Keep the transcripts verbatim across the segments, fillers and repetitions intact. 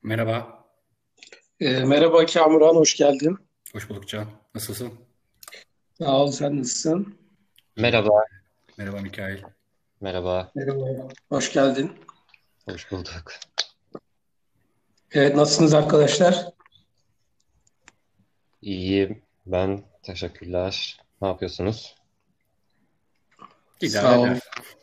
Merhaba, E, merhaba Kamuran, hoş geldin. hoş bulduk Can. Nasılsın? Sağ ol, sen nasılsın? İyiyim. Merhaba, Merhaba Mikail. merhaba. Merhaba. Hoş geldin. Hoş bulduk. Evet, nasılsınız arkadaşlar? İyiyim. Ben teşekkürler. Ne yapıyorsunuz? İdare Sağ ol. eder.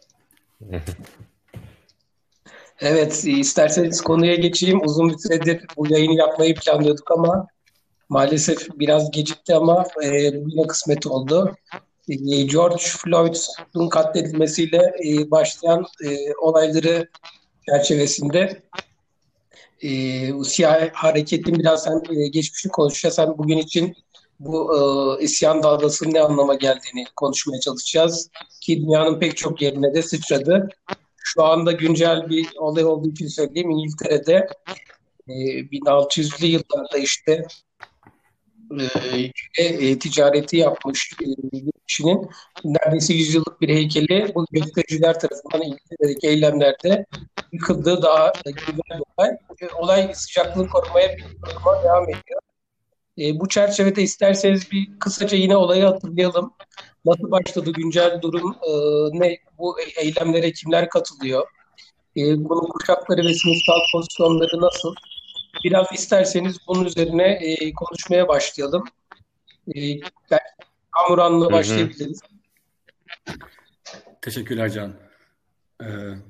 Evet, isterseniz konuya geçeyim. Uzun bir süredir bu yayını yapmayı planlıyorduk ama maalesef biraz gecikti ama e, bugüne kısmet oldu. E, George Floyd'un katledilmesiyle e, başlayan e, olayları çerçevesinde e, bu siyah hareketin biraz sen e, geçmişini konuşacağız. Hem bugün için bu e, isyan dalgasının ne anlama geldiğini konuşmaya çalışacağız. Ki dünyanın pek çok yerine de sıçradı. Şu anda güncel bir olay olduğu için söyleyeyim. İngiltere'de e, bin altı yüzlü yıllarda işte e, e, ticareti yapmış e, bir kişinin neredeyse yüz yıllık bir heykeli bu göstericiler tarafından İngiltere'deki eylemlerde yıkıldığı daha güzel bir olay. E, olay sıcaklığını korumaya bir koruma devam ediyor. E, bu çerçevede isterseniz bir kısaca yine olayı hatırlayalım. Nasıl başladı güncel durum, e, ne bu eylemlere kimler katılıyor? E, bunun kuşakları ve sınıfsal pozisyonları nasıl? Biraz isterseniz bunun üzerine e, konuşmaya başlayalım. E, ben Kamuran'la Hı hı. başlayabiliriz. Teşekkürler Can. Ee,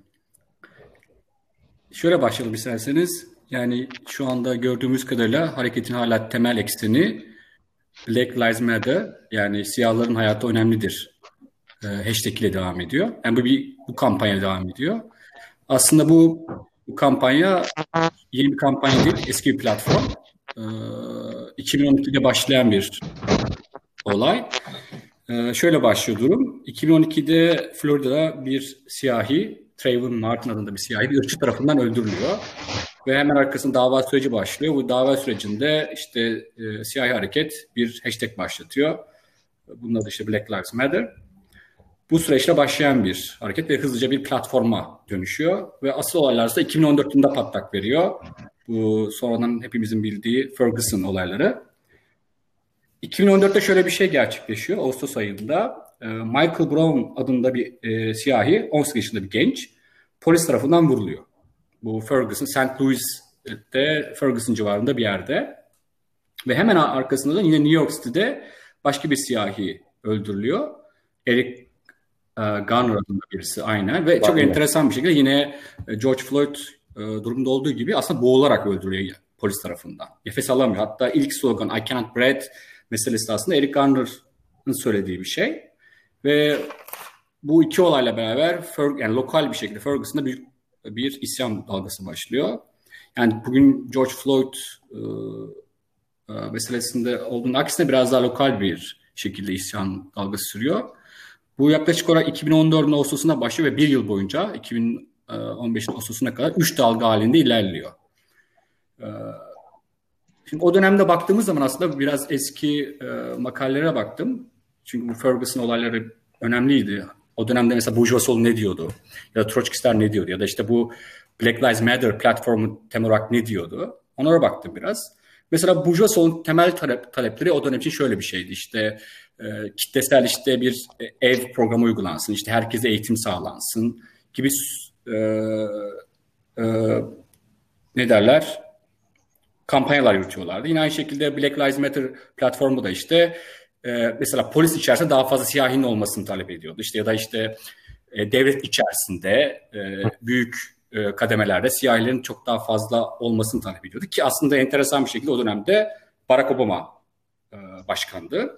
şöyle başlayalım isterseniz. Yani şu anda gördüğümüz kadarıyla hareketin hala temel ekseni Black Lives Matter, yani siyahların hayatı önemlidir e, hashtag ile devam ediyor. Yani bu bir bu kampanya devam ediyor. Aslında bu, bu kampanya yeni bir kampanya değil, eski bir platform. Ee, iki bin on ikide başlayan bir olay. Ee, şöyle başlıyor durum. iki bin on ikide Florida'da bir siyahi, Trayvon Martin adında bir siyahi bir ırkçı tarafından öldürülüyor. Ve hemen arkasında dava süreci başlıyor. Bu dava sürecinde işte e, siyahi hareket bir hashtag başlatıyor. Bunun adı işte Black Lives Matter. Bu süreçle başlayan bir hareket ve hızlıca bir platforma dönüşüyor. Ve asıl olaylar ise iki bin on dört yılında patlak veriyor. Bu sonradan hepimizin bildiği Ferguson olayları. iki bin on dörtte şöyle bir şey gerçekleşiyor. Ağustos ayında e, Michael Brown adında bir e, siyahi, on sekiz yaşında bir genç polis tarafından vuruluyor. Bu Ferguson, Saint Louis'te Ferguson civarında bir yerde. Ve hemen arkasında da yine New York City'de başka bir siyahi öldürülüyor. Eric e, Garner adında birisi aynen. Ve çok Aynen. enteresan bir şekilde yine e, George Floyd e, durumda olduğu gibi aslında boğularak öldürülüyor polis tarafından. Nefes alamıyor. Hatta ilk slogan I cannot breathe meselesi de aslında Eric Garner'ın söylediği bir şey. Ve bu iki olayla beraber Ferg, yani lokal bir şekilde Ferguson'da bir, bir isyan dalgası başlıyor. Yani bugün George Floyd e, e, meselesinde olduğunun aksine biraz daha lokal bir şekilde isyan dalgası sürüyor. Bu yaklaşık olarak iki bin on dördün Ağustos'una başlıyor ve bir yıl boyunca iki bin on beşin Ağustos'una kadar üç dalga halinde ilerliyor. E, Şimdi o dönemde baktığımız zaman aslında biraz eski e, makalelere baktım. Çünkü bu Ferguson olayları önemliydi. O dönemde mesela Bourgeois Sol ne diyordu? Ya da Troçkistler ne diyordu? Ya da işte bu Black Lives Matter platformu temel olarak ne diyordu? Onlara baktım biraz. Mesela Bourgeois Sol'un temel talep, talepleri o dönem için şöyle bir şeydi. İşte e, kitlesel işte bir e, ev programı uygulansın. İşte herkese eğitim sağlansın gibi e, e, ne derler? Kampanyalar yürütüyorlardı. Yine aynı şekilde Black Lives Matter platformu da işte e, mesela polis içerisinde daha fazla siyahinin olmasını talep ediyordu. İşte ya da işte e, devlet içerisinde e, büyük e, kademelerde siyahilerin çok daha fazla olmasını talep ediyordu. Ki aslında enteresan bir şekilde o dönemde Barack Obama e, başkandı.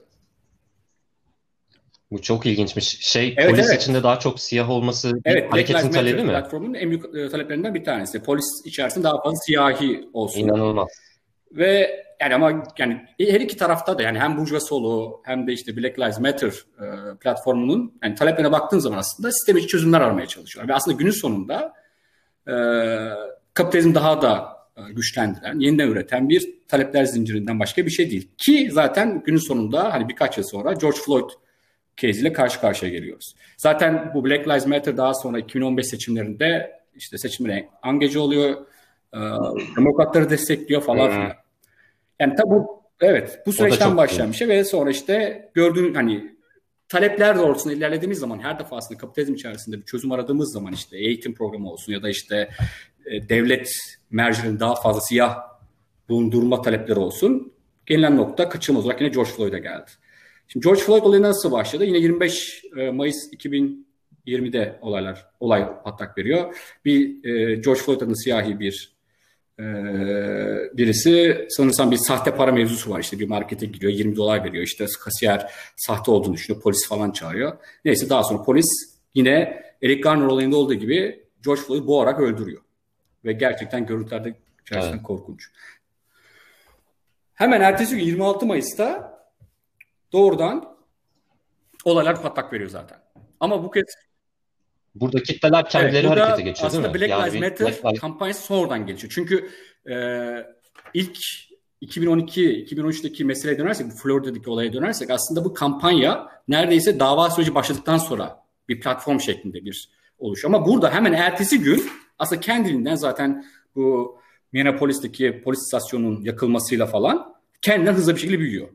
Bu çok ilginçmiş. Şey, Evet, polis evet. içinde daha çok siyah olması bir Evet, Black Lives hareketin talebi Matter mi? platformunun en büyük e, taleplerinden bir tanesi. Polis içerisinde daha fazla siyahi olsun. İnanılmaz. Ve yani ama yani her iki tarafta da yani hem Burjuva Solo hem de işte Black Lives Matter e, platformunun yani taleplerine baktığın zaman aslında sistem içi çözümler aramaya çalışıyorlar. Ve aslında günün sonunda e, kapitalizm daha da e, güçlendiren, yeniden üreten bir talepler zincirinden başka bir şey değil. Ki zaten günün sonunda hani birkaç yıl sonra George Floyd case'iyle karşı karşıya geliyoruz. Zaten bu Black Lives Matter daha sonra iki bin on beş seçimlerinde işte seçimlere angajı oluyor. e, demokratları destekliyor falan filan. Yani tabi bu evet bu süreçten başlayan bir şey ve sonra işte gördüğün hani talepler doğrultusunda ilerlediğimiz zaman her defasında kapitalizm içerisinde bir çözüm aradığımız zaman işte eğitim programı olsun ya da işte e, devlet mercilerinin daha fazla siyah bulundurma talepleri olsun. Gelinen nokta kaçınılmaz olarak yine George Floyd'a geldi. Şimdi George Floyd olayı nasıl başladı? Yine yirmi beş Mayıs iki bin yirmide olaylar olay patlak veriyor. Bir e, George Floyd adında siyahi bir e, birisi sanırsam bir sahte para mevzusu var. İşte bir markete giriyor, yirmi dolar veriyor. İşte kasiyer sahte olduğunu düşünüyor. Polis falan çağırıyor. Neyse daha sonra polis yine Eric Garner olayında olduğu gibi George Floyd'u boğarak öldürüyor. Ve gerçekten görüntülerde gerçekten evet. korkunç. Hemen ertesi gün yirmi altı Mayıs'ta doğrudan olaylar patlak veriyor zaten. Ama bu kez burada kitleler kendileri evet, harekete geçiyor değil mi? Aslında Black yani Lives Matter Black Lives... kampanyası sonradan geçiyor. Çünkü e, ilk iki bin on iki iki bin on üçteki meseleye dönersek, bu Florida'daki olaya dönersek aslında bu kampanya neredeyse dava süreci başladıktan sonra bir platform şeklinde bir oluş. Ama burada hemen ertesi gün aslında kendiliğinden zaten bu Minneapolis'teki polis istasyonunun yakılmasıyla falan kendinden hızlı bir şekilde büyüyor.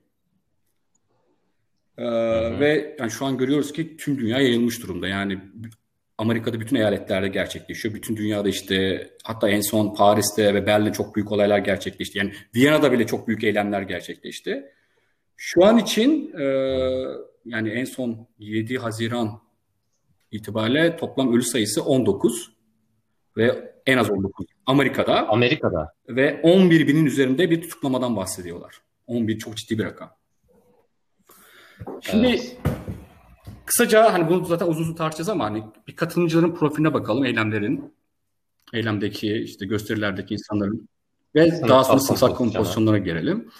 Ee, ve yani şu an görüyoruz ki tüm dünya yayılmış durumda. Yani Amerika'da bütün eyaletlerde gerçekleşiyor. Bütün dünyada işte hatta en son Paris'te ve Berlin'de çok büyük olaylar gerçekleşti. Yani Viyana'da bile çok büyük eylemler gerçekleşti. Şu an için e, yani en son yedi Haziran itibariyle toplam ölü sayısı on dokuz ve en az on dokuz Amerika'da. Amerika'da. Ve on bir binin üzerinde bir tutuklamadan bahsediyorlar. on bir çok ciddi bir rakam. Şimdi evet. Kısaca hani bunu zaten uzun uzun tartışacağız ama hani bir katılımcıların profiline bakalım, eylemlerin, eylemdeki işte gösterilerdeki insanların ve sınıf daha sonra sınıfsal kompozisyonlara gelelim.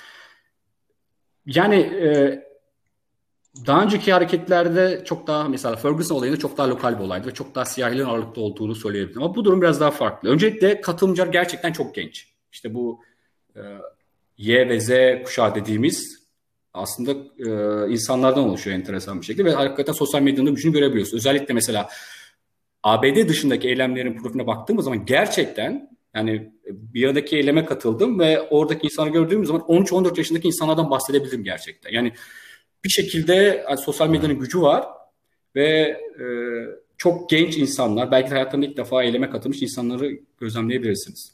Yani e, daha önceki hareketlerde çok daha mesela Ferguson olayında çok daha lokal bir olaydı ve çok daha siyahilerin ağırlıklı olduğunu söyleyebilirim. Ama bu durum biraz daha farklı. Öncelikle katılımcılar gerçekten çok genç. İşte bu e, Y ve Z kuşağı dediğimiz aslında e, insanlardan oluşuyor enteresan bir şekilde ve hakikaten sosyal medyanın gücünü görebiliyoruz. Özellikle mesela A B D dışındaki eylemlerin profiline baktığımız zaman gerçekten yani bir aradaki eyleme katıldım ve oradaki insanı gördüğüm zaman on üç on dört yaşındaki insanlardan bahsedebilirim gerçekten. Yani bir şekilde yani sosyal medyanın gücü var ve e, çok genç insanlar, belki de hayatlarında ilk defa eyleme katılmış insanları gözlemleyebilirsiniz.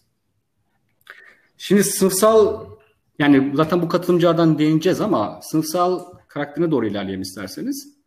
Şimdi sınıfsal, yani zaten bu katılımcılardan değineceğiz ama sınıfsal karakterine doğru ilerleyelim isterseniz.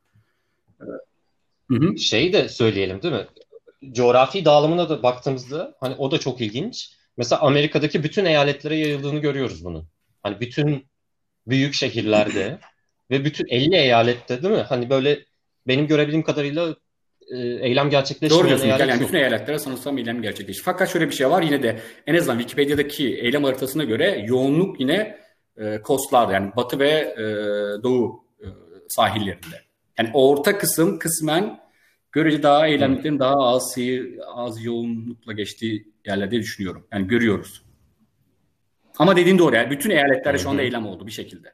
Hı hı. Şey de söyleyelim değil mi? Coğrafi dağılımına da baktığımızda hani o da çok ilginç. Mesela Amerika'daki bütün eyaletlere yayıldığını görüyoruz bunun. Hani bütün büyük şehirlerde ve bütün elli eyalette değil mi? Hani böyle benim görebildiğim kadarıyla e, eylem gerçekleşmeyen Doğru diyorsun. eyalet Yani bütün eyaletlere sanırsam eylem gerçekleşti. Fakat şöyle bir şey var, yine de en azından Wikipedia'daki eylem haritasına göre yoğunluk yine e, coastlarda, yani batı ve e, doğu e, sahillerinde. Yani orta kısım kısmen görece daha eylemliklerin hmm. daha az, az yoğunlukla geçtiği yerlerde düşünüyorum. Yani görüyoruz. Ama dediğin doğru. Yani bütün eyaletlerde hı-hı. şu anda eylem oldu bir şekilde.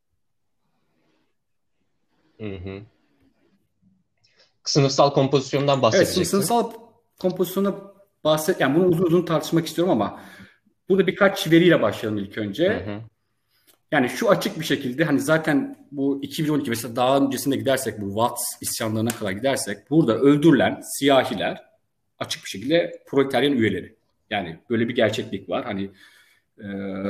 Hı hı. Sınıfsal kompozisyondan bahsedeceksin. Evet, sınıfsal kompozisyona bahset. Yani bunu uzun uzun tartışmak istiyorum ama burada birkaç veriyle başlayalım ilk önce. Hı hı. Yani şu açık bir şekilde hani zaten bu iki bin on iki mesela daha öncesinde gidersek, bu Watts isyanlarına kadar gidersek, burada öldürülen siyahiler açık bir şekilde proletaryen üyeleri. Yani böyle bir gerçeklik var. Hani e,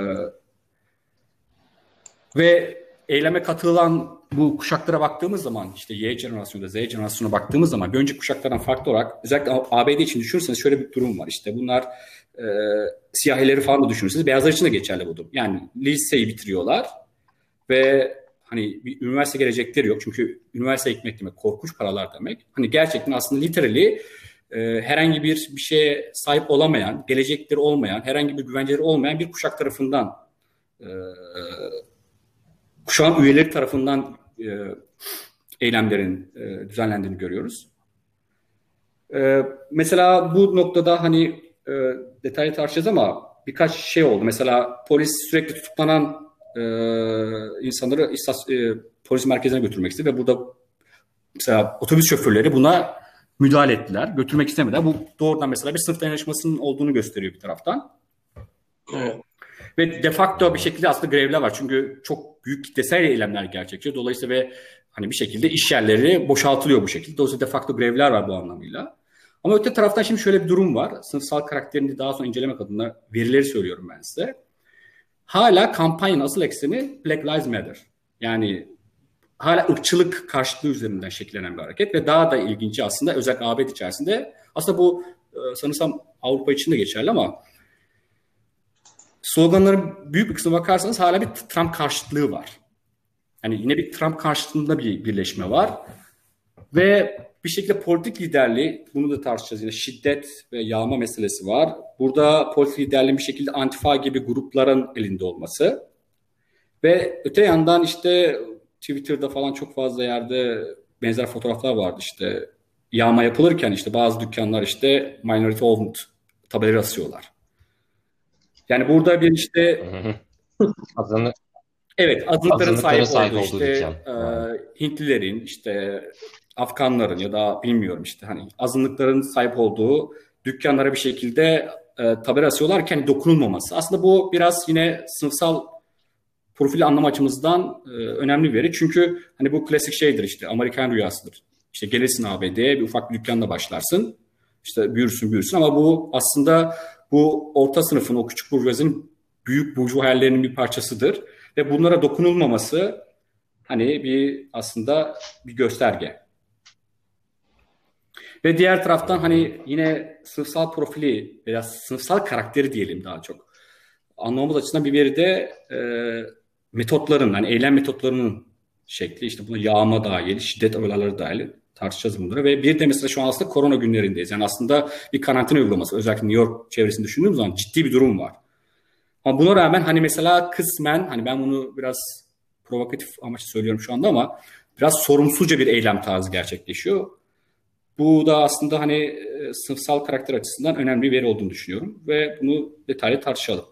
ve eyleme katılan bu kuşaklara baktığımız zaman, işte Y jenerasyonu, Z jenerasyonuna baktığımız zaman bir önceki kuşaklardan farklı olarak özellikle A B D için düşünürseniz şöyle bir durum var. İşte bunlar e, siyahileri falan da düşünürseniz beyazlar için de geçerli bu durum. Yani liseyi bitiriyorlar ve hani bir üniversite gelecekleri yok. Çünkü üniversite gitmek demek korkunç paralar demek. Hani gerçekten aslında literally e, herhangi bir bir şeye sahip olamayan, gelecekleri olmayan, herhangi bir güvenceleri olmayan bir kuşak tarafından e, kuşağın üyeleri tarafından e, eylemlerin e, düzenlendiğini görüyoruz. E, mesela bu noktada hani e, detaylı tartışacağız ama birkaç şey oldu. Mesela polis sürekli tutuklanan e, insanları istas, e, polis merkezine götürmek istedi ve burada mesela otobüs şoförleri buna müdahale ettiler. Götürmek istemediler. Bu doğrudan mesela bir sınıf dayanışmasının olduğunu gösteriyor bir taraftan. Evet. Ve de facto bir şekilde aslında grevler var. Çünkü çok büyük kitlesel eylemler gerçekleşiyor. Dolayısıyla ve hani bir şekilde iş yerleri boşaltılıyor bu şekilde. Dolayısıyla de facto grevler var bu anlamıyla. Ama öte taraftan şimdi şöyle bir durum var. Sınıfsal karakterini daha sonra incelemek adına verileri söylüyorum ben size. Hala kampanyanın asıl ekseni Black Lives Matter. Yani hala ırkçılık karşıtlığı üzerinden şekillenen bir hareket ve daha da ilginci aslında özellikle A B D içerisinde aslında bu sanırsam Avrupa için de geçerli ama sloganların büyük bir kısmına bakarsanız hala bir Trump karşıtlığı var. Yani yine bir Trump karşıtlığında bir birleşme var. Ve bir şekilde politik liderliği, bunu da tartışacağız yine, şiddet ve yağma meselesi var. Burada politik liderliğin bir şekilde Antifa gibi grupların elinde olması. Ve öte yandan işte Twitter'da falan çok fazla yerde benzer fotoğraflar vardı işte. Yağma yapılırken işte bazı dükkanlar işte minority owned tabelaları asıyorlar. Yani burada bir işte azınlık evet azınlıkların sahip, sahip olduğu, olduğu işte e, Hintlilerin, işte Afganların ya da bilmiyorum işte hani azınlıkların sahip olduğu dükkanlara bir şekilde e, tabela asıyorlarken dokunulmaması. Aslında bu biraz yine sınıfsal profili anlam açımızdan e, önemli bir veri. Çünkü hani bu klasik şeydir işte Amerikan rüyasıdır. İşte gelirsin A B D'ye bir ufak bir dükkanla başlarsın. İşte büyürsün büyürsün ama bu aslında bu orta sınıfın, o küçük burjuvazinin büyük burjuva hayallerinin bir parçasıdır. Ve bunlara dokunulmaması hani bir aslında bir gösterge. Ve diğer taraftan hani yine sınıfsal profili veya sınıfsal karakteri diyelim daha çok anlamamız açısından bir veri de e, metotların, hani eylem metotlarının şekli, işte buna yağma dahil, şiddet olayları dahil tartışacağız bunları. Ve bir de mesela şu an aslında korona günlerindeyiz. Yani aslında bir karantina uygulaması, özellikle New York çevresinde düşündüğümüz zaman ciddi bir durum var. Ama buna rağmen hani mesela kısmen, hani ben bunu biraz provokatif amaçlı söylüyorum şu anda ama biraz sorumsuzca bir eylem tarzı gerçekleşiyor. Bu da aslında hani e, sınıfsal karakter açısından önemli bir veri olduğunu düşünüyorum ve bunu detaylı tartışalım.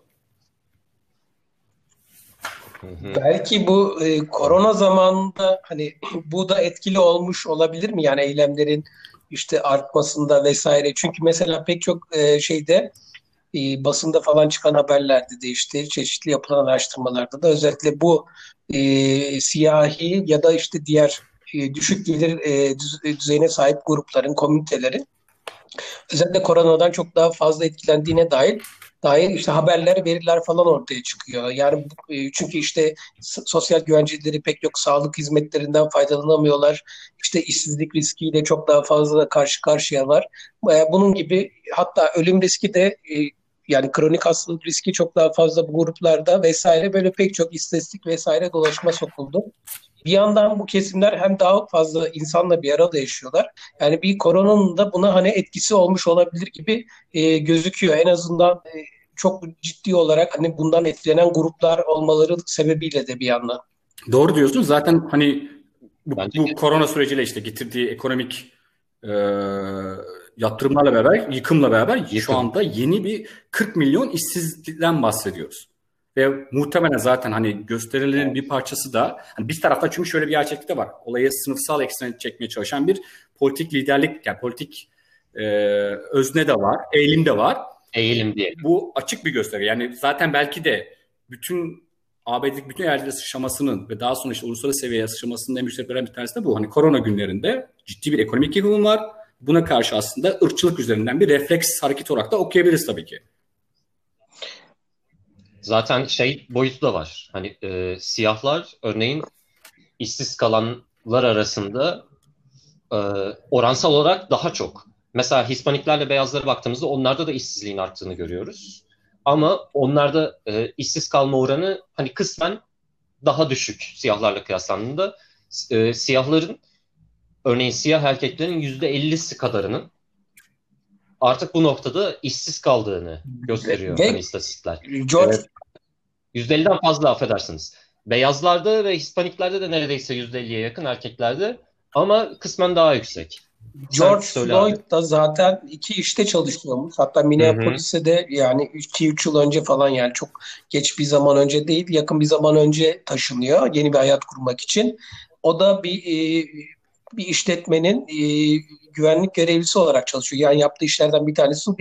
Belki bu e, korona zamanında hani bu da etkili olmuş olabilir mi? Yani eylemlerin işte artmasında vesaire. Çünkü mesela pek çok e, şeyde e, basında falan çıkan haberlerde de işte çeşitli yapılan araştırmalarda da özellikle bu e, siyahi ya da işte diğer e, düşük gelir e, düz- düzeyine sahip grupların, komünitelerin özellikle koronadan çok daha fazla etkilendiğine dair dair işte haberler, veriler falan ortaya çıkıyor. Yani e, çünkü işte s- sosyal güvenceleri pek yok, sağlık hizmetlerinden faydalanamıyorlar. İşte işsizlik riskiyle çok daha fazla karşı karşıyalar. E, Bunun gibi hatta ölüm riski de e, yani kronik hastalık riski çok daha fazla bu gruplarda vesaire böyle pek çok istatistik vesaire dolaşıma sokuldu. Bir yandan bu kesimler hem daha fazla insanla bir arada yaşıyorlar. Yani bir koronanın da buna hani etkisi olmuş olabilir gibi e, gözüküyor. En azından e, çok ciddi olarak hani bundan etkilenen gruplar olmaları sebebiyle de bir yandan. Doğru diyorsunuz. Zaten hani bu, Bence bu korona süreciyle işte getirdiği ekonomik e, yatırımlarla beraber, yıkımla beraber şu yıkım. anda yeni bir kırk milyon işsizlikten bahsediyoruz. Ve muhtemelen zaten hani gösterilerin bir parçası da hani bir tarafta, çünkü şöyle bir gerçeklik de var. Olayı sınıfsal eksene çekmeye çalışan bir politik liderlik, yani politik e, özne de var, eğilim de var. Eğilim diyelim. Bu açık bir gösterge. Yani zaten belki de bütün A B D'deki bütün yerlere sıçramasının ve daha sonra işte uluslararası seviyeye sıçramasının en büyük sebeplerinden bir tanesi de bu. Hani korona günlerinde ciddi bir ekonomik yıkım var. Buna karşı aslında ırkçılık üzerinden bir refleks hareket olarak da okuyabiliriz tabii ki. Zaten şey boyutu da var. Hani e, siyahlar örneğin işsiz kalanlar arasında e, oransal olarak daha çok. Mesela Hispaniklerle beyazlara baktığımızda onlarda da işsizliğin arttığını görüyoruz. Ama onlarda e, işsiz kalma oranı hani kısmen daha düşük siyahlarla kıyaslandığında. E, siyahların örneğin siyah erkeklerin yüzde ellisi kadarının artık bu noktada işsiz kaldığını gösteriyor Ve hani istatistikler. E, George yüzde elliden fazla affedersiniz. Beyazlarda ve Hispaniklerde de neredeyse yüzde elliye yakın erkeklerde ama kısmen daha yüksek. Sen George söyle abi. Floyd da zaten iki işte çalışıyormuş. Hatta Hı hı. Minneapolis'e de yani iki üç yıl önce falan, yani çok geç bir zaman önce değil, yakın bir zaman önce taşınıyor yeni bir hayat kurmak için. O da bir e, bir işletmenin e, güvenlik görevlisi olarak çalışıyor. Yani yaptığı işlerden bir tanesi bu.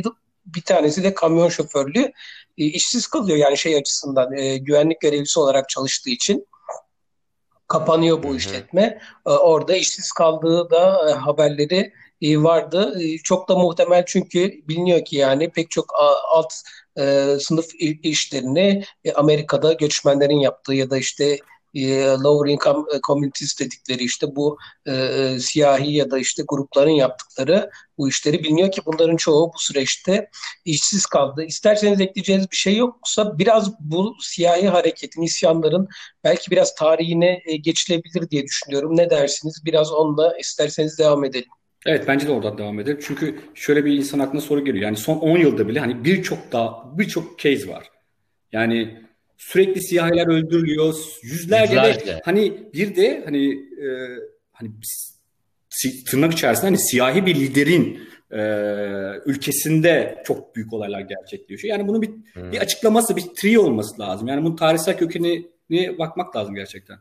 bir tanesi de kamyon şoförlüğü. E, işsiz kalıyor yani şey açısından e, güvenlik görevlisi olarak çalıştığı için kapanıyor Hı bu hı. işletme. E, orada işsiz kaldığı da e, haberleri e, vardı. E, çok da muhtemel çünkü biliniyor ki yani pek çok a- alt e, sınıf i- işlerini e, Amerika'da göçmenlerin yaptığı ya da işte e, lower income e, communities dedikleri işte bu e, e, siyahi ya da işte grupların yaptıkları bu işleri biliniyor ki bunların çoğu bu süreçte işsiz kaldı. İsterseniz ekleyeceğiniz bir şey yoksa biraz bu siyahi hareketin, isyanların belki biraz tarihine e, geçilebilir diye düşünüyorum. Ne dersiniz? Biraz onunla isterseniz devam edelim. Evet, bence de oradan devam edelim. Çünkü şöyle bir insan aklına soru geliyor. Yani son on yılda bile hani birçok daha birçok case var. Yani sürekli siyahiler öldürülüyor. Yüzlerce ve Yüzlerce. hani bir de hani e, hani si- tırnak içerisinde hani siyahi bir liderin e, ülkesinde çok büyük olaylar gerçekleşiyor. Yani bunun bir bir Hı. açıklaması, bir trio olması lazım. Yani bunun tarihsel kökenine bakmak lazım gerçekten.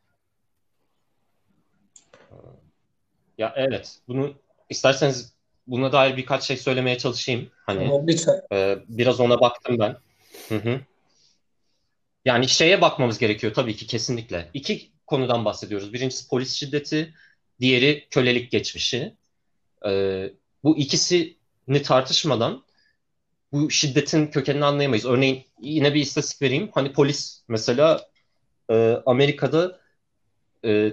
Ya evet. Bunu isterseniz buna dair birkaç şey söylemeye çalışayım. Hani Tamam, lütfen. e, biraz ona baktım ben. Hı hı. Yani şeye bakmamız gerekiyor tabii ki kesinlikle. İki konudan bahsediyoruz. Birincisi polis şiddeti, diğeri kölelik geçmişi. Ee, Bu ikisini tartışmadan bu şiddetin kökenini anlayamayız. Örneğin yine bir istatistik vereyim. Hani polis mesela e, Amerika'da e,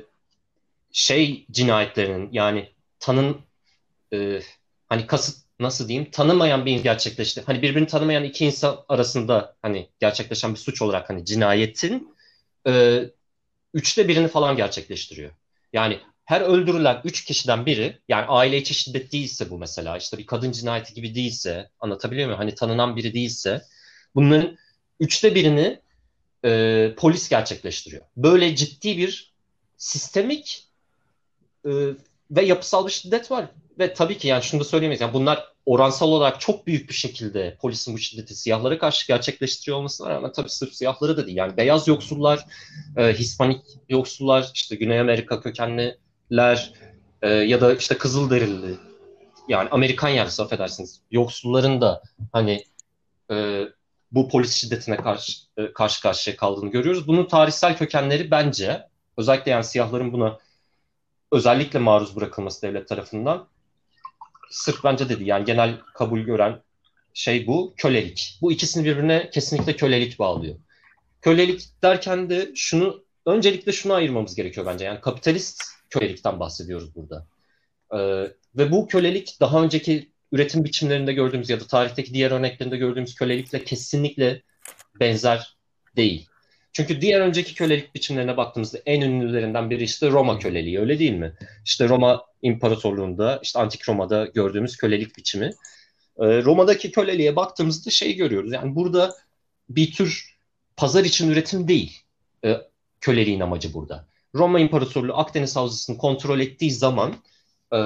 şey cinayetlerinin yani tanın e, hani kasıt nasıl diyeyim tanımayan bir gerçekleşti. Hani birbirini tanımayan iki insan arasında hani gerçekleşen bir suç olarak hani cinayetin e, üçte birini falan gerçekleştiriyor. Yani her öldürülen üç kişiden biri yani aile içi şiddet değilse bu mesela işte bir kadın cinayeti gibi değilse anlatabiliyor muyum? Hani tanınan biri değilse bunların üçte birini e, polis gerçekleştiriyor. Böyle ciddi bir sistemik e, ve yapısal bir şiddet var. Ve tabii ki yani şunu da söyleyemeyiz. Yani bunlar oransal olarak çok büyük bir şekilde polisin bu şiddeti siyahlara karşı gerçekleştiriyor olmasına rağmen tabii sırf siyahları da değil. Yani beyaz yoksullar, e, Hispanik yoksullar, işte Güney Amerika kökenliler e, ya da işte Kızılderili yani Amerikan yerlisi affedersiniz yoksulların da hani e, bu polis şiddetine karşı e, karşı karşıya kaldığını görüyoruz. Bunun tarihsel kökenleri bence özellikle yani siyahların buna özellikle maruz bırakılması devlet tarafından sırf bence dedi yani genel kabul gören şey bu kölelik. Bu ikisini birbirine kesinlikle kölelik bağlıyor. Kölelik derken de şunu öncelikle şunu ayırmamız gerekiyor bence. Yani kapitalist kölelikten bahsediyoruz burada. Ee, Ve bu kölelik daha önceki üretim biçimlerinde gördüğümüz ya da tarihteki diğer örneklerinde gördüğümüz kölelikle kesinlikle benzer değil. Çünkü diğer önceki kölelik biçimlerine baktığımızda en ünlülerinden biri işte Roma köleliği öyle değil mi? İşte Roma İmparatorluğu'nda işte Antik Roma'da gördüğümüz kölelik biçimi. Ee, Roma'daki köleliğe baktığımızda şey görüyoruz. Yani burada bir tür pazar için üretim değil e, köleliğin amacı burada. Roma İmparatorluğu Akdeniz Havzası'nı kontrol ettiği zaman e,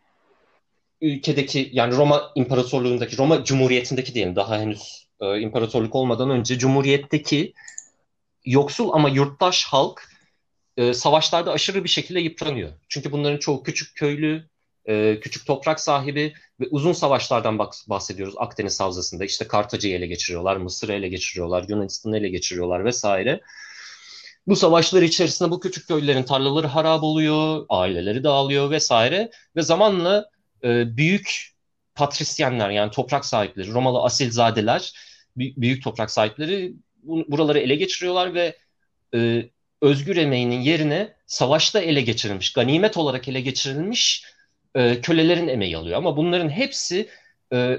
ülkedeki yani Roma İmparatorluğu'ndaki Roma Cumhuriyeti'ndeki diyelim daha henüz e, imparatorluk olmadan önce Cumhuriyet'teki yoksul ama yurttaş halk e, savaşlarda aşırı bir şekilde yıpranıyor. Çünkü bunların çoğu küçük köylü, e, küçük toprak sahibi ve uzun savaşlardan bahsediyoruz Akdeniz Havzası'nda. İşte Kartaca'yı ele geçiriyorlar, Mısır'ı ele geçiriyorlar, Yunanistan'ı ele geçiriyorlar vesaire. Bu savaşlar içerisinde bu küçük köylülerin tarlaları harap oluyor, aileleri dağılıyor vesaire ve zamanla e, büyük patrisyenler yani toprak sahipleri, Romalı asilzadeler, büyük toprak sahipleri buraları ele geçiriyorlar ve e, özgür emeğinin yerine savaşta ele geçirilmiş, ganimet olarak ele geçirilmiş e, kölelerin emeği alıyor. Ama bunların hepsi e,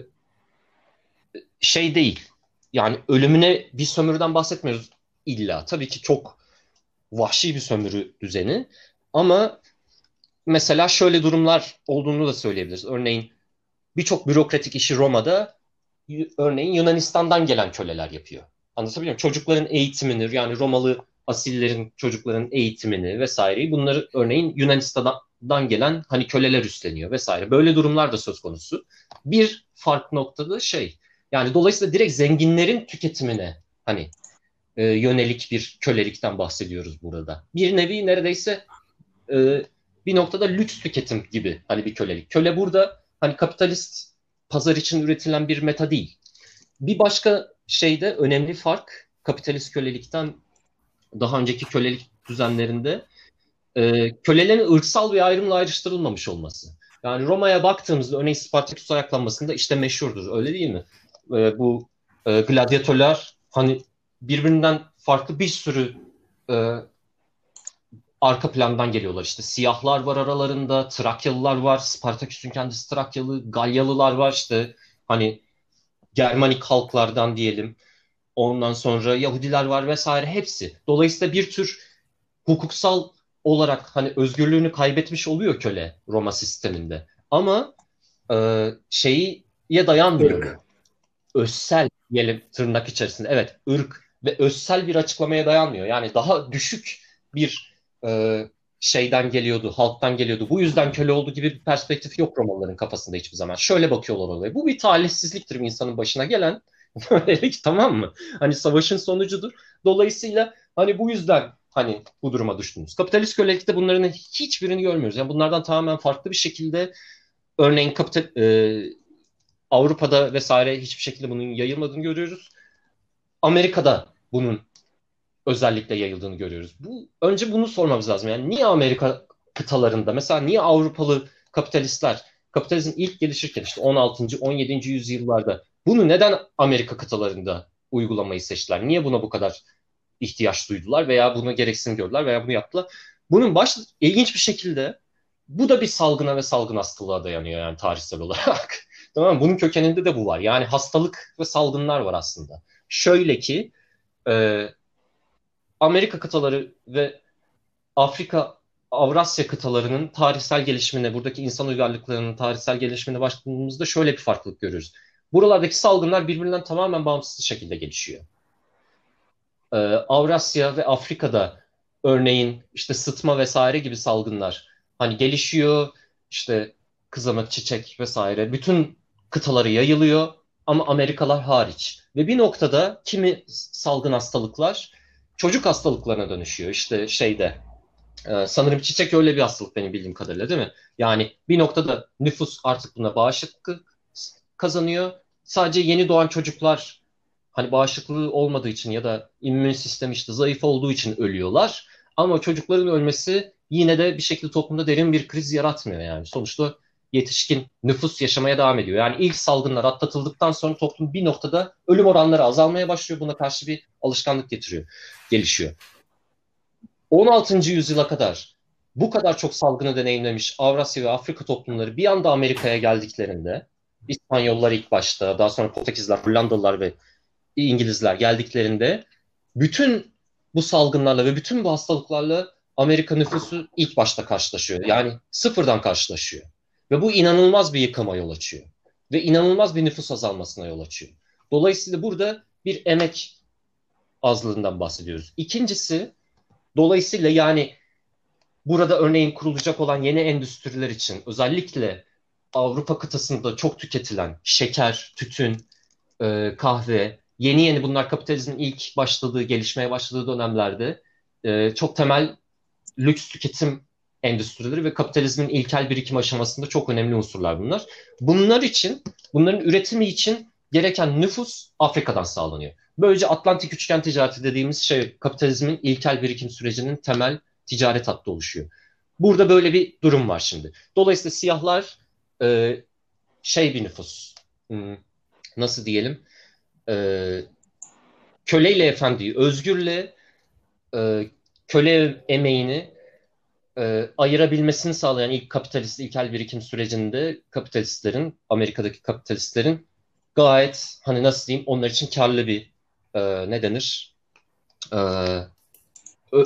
şey değil. Yani ölümüne bir sömürüden bahsetmiyoruz illa. Tabii ki çok vahşi bir sömürü düzeni. Ama mesela şöyle durumlar olduğunu da söyleyebiliriz. Örneğin birçok bürokratik işi Roma'da örneğin Yunanistan'dan gelen köleler yapıyor. Anlatabiliyor muyum? Çocukların eğitimini yani Romalı asillerin çocukların eğitimini vesaireyi bunları örneğin Yunanistan'dan gelen hani köleler üstleniyor vesaire. Böyle durumlar da söz konusu. Bir fark noktada şey yani dolayısıyla direkt zenginlerin tüketimine hani e, yönelik bir kölelikten bahsediyoruz burada. Bir nevi neredeyse e, bir noktada lüks tüketim gibi hani bir kölelik. Köle burada hani kapitalist pazar için üretilen bir meta değil. Bir başka şeyde önemli fark kapitalist kölelikten daha önceki kölelik düzenlerinde e, kölelerin ırksal bir ayrımla ayrıştırılmamış olması. Yani Roma'ya baktığımızda örneğin Spartaküs ayaklanmasında işte meşhurdur, öyle değil mi? E, bu e, gladyatörler hani birbirinden farklı bir sürü e, arka plandan geliyorlar. İşte siyahlar var aralarında, Trakyalılar var, Spartaküs'ün kendisi Trakyalı, Galyalılar var, işte hani Germanik halklardan diyelim. Ondan sonra Yahudiler var vesaire, hepsi. Dolayısıyla bir tür hukuksal olarak hani özgürlüğünü kaybetmiş oluyor köle Roma sisteminde. Ama e, şeyi ya dayanmıyor. Irk. Özsel diyelim tırnak içerisinde. Evet, ırk ve özsel bir açıklamaya dayanmıyor. Yani daha düşük bir e, şeyden geliyordu, halktan geliyordu. Bu yüzden köle oldu gibi bir perspektif yok Romalıların kafasında hiçbir zaman. Şöyle bakıyorlar olaya. Bu bir talihsizliktir insanın başına gelen. Böylelik, tamam mı? Hani savaşın sonucudur. Dolayısıyla hani bu yüzden hani bu duruma düştünüz. Kapitalist kölelikte bunların hiçbirini görmüyoruz. Yani bunlardan tamamen farklı bir şekilde örneğin kapital, e, Avrupa'da vesaire hiçbir şekilde bunun yayılmadığını görüyoruz. Amerika'da bunun özellikle yayıldığını görüyoruz. Bu, önce bunu sormamız lazım. Yani niye Amerika kıtalarında, mesela niye Avrupalı kapitalistler, kapitalizm ilk gelişirken işte on altıncı on yedinci yüzyıllarda bunu neden Amerika kıtalarında uygulamayı seçtiler? Niye buna bu kadar ihtiyaç duydular veya bunu gereksinim gördüler veya bunu yaptılar? Bunun baş, ilginç bir şekilde bu da bir salgına ve salgın hastalığa dayanıyor yani tarihsel olarak. Tamam mı? Bunun kökeninde de bu var. Yani hastalık ve salgınlar var aslında. Şöyle ki e, Amerika kıtaları ve Afrika, Avrasya kıtalarının tarihsel gelişimine, buradaki insan uygarlıklarının tarihsel gelişimine başladığımızda şöyle bir farklılık görüyoruz. Buralardaki salgınlar birbirinden tamamen bağımsız şekilde gelişiyor. Ee, Avrasya ve Afrika'da örneğin işte sıtma vesaire gibi salgınlar hani gelişiyor, işte kızamık, çiçek vesaire bütün kıtalara yayılıyor ama Amerikalar hariç. Ve bir noktada kimi salgın hastalıklar çocuk hastalıklarına dönüşüyor. İşte şeyde e, sanırım çiçek öyle bir hastalık benim bildiğim kadarıyla, değil mi? Yani bir noktada nüfus artık buna bağışıklık kazanıyor. Sadece yeni doğan çocuklar hani bağışıklığı olmadığı için ya da immün sistemi işte zayıf olduğu için ölüyorlar. Ama çocukların ölmesi yine de bir şekilde toplumda derin bir kriz yaratmıyor yani. Sonuçta yetişkin nüfus yaşamaya devam ediyor. Yani ilk salgınlar atlatıldıktan sonra toplum bir noktada ölüm oranları azalmaya başlıyor. Buna karşı bir alışkanlık getiriyor, gelişiyor. on altıncı yüzyıla kadar bu kadar çok salgını deneyimlemiş Avrasya ve Afrika toplumları bir anda Amerika'ya geldiklerinde, İspanyollar ilk başta, daha sonra Portekizler, Hollandalılar ve İngilizler geldiklerinde bütün bu salgınlarla ve bütün bu hastalıklarla Amerika nüfusu ilk başta karşılaşıyor. Yani sıfırdan karşılaşıyor. Ve bu inanılmaz bir yıkıma yol açıyor. Ve inanılmaz bir nüfus azalmasına yol açıyor. Dolayısıyla burada bir emek azlığından bahsediyoruz. İkincisi, dolayısıyla yani burada örneğin kurulacak olan yeni endüstriler için özellikle Avrupa kıtasında çok tüketilen şeker, tütün, e, kahve, yeni yeni bunlar kapitalizmin ilk başladığı, gelişmeye başladığı dönemlerde e, çok temel lüks tüketim endüstrileri ve kapitalizmin ilkel birikim aşamasında çok önemli unsurlar bunlar. Bunlar için, bunların üretimi için gereken nüfus Afrika'dan sağlanıyor. Böylece Atlantik üçgen ticareti dediğimiz şey kapitalizmin ilkel birikim sürecinin temel ticaret hattı oluşuyor. Burada böyle bir durum var şimdi. Dolayısıyla siyahlar e, şey bir nüfus, hmm, nasıl diyelim, e, köleyle efendiyi, özgürle e, köle emeğini e, ayırabilmesini sağlayan ilk kapitalist ilkel birikim sürecinde kapitalistlerin, Amerika'daki kapitalistlerin gayet hani nasıl diyeyim onlar için karlı bir e, ne denir? E, ö,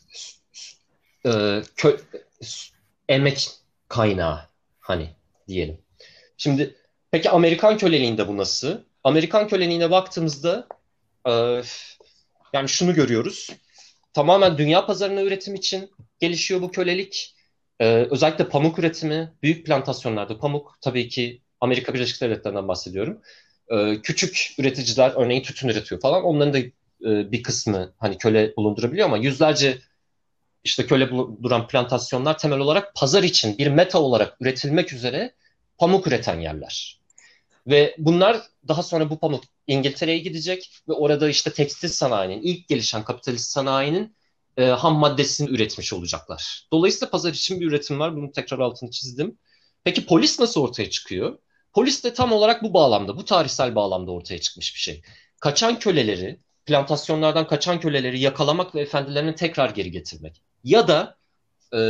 e, kö, emek kaynağı hani diyelim. Şimdi peki Amerikan köleliğinde bu nasıl? Amerikan köleliğine baktığımızda e, yani şunu görüyoruz. Tamamen dünya pazarına üretim için gelişiyor bu kölelik. Ee, özellikle pamuk üretimi, büyük plantasyonlarda pamuk, tabii ki Amerika Birleşik Devletleri'nden bahsediyorum. Ee, küçük üreticiler örneğin tütün üretiyor falan. Onların da e, bir kısmı hani köle bulundurabiliyor ama yüzlerce işte köle bulunduran plantasyonlar temel olarak pazar için bir meta olarak üretilmek üzere pamuk üreten yerler. Ve bunlar daha sonra bu pamuk İngiltere'ye gidecek ve orada işte tekstil sanayinin, ilk gelişen kapitalist sanayinin e, ham maddesini üretmiş olacaklar. Dolayısıyla pazar için bir üretim var. Bunun tekrar altını çizdim. Peki polis nasıl ortaya çıkıyor? Polis de tam olarak bu bağlamda, bu tarihsel bağlamda ortaya çıkmış bir şey. Kaçan köleleri, plantasyonlardan kaçan köleleri yakalamak ve efendilerine tekrar geri getirmek. Ya da e,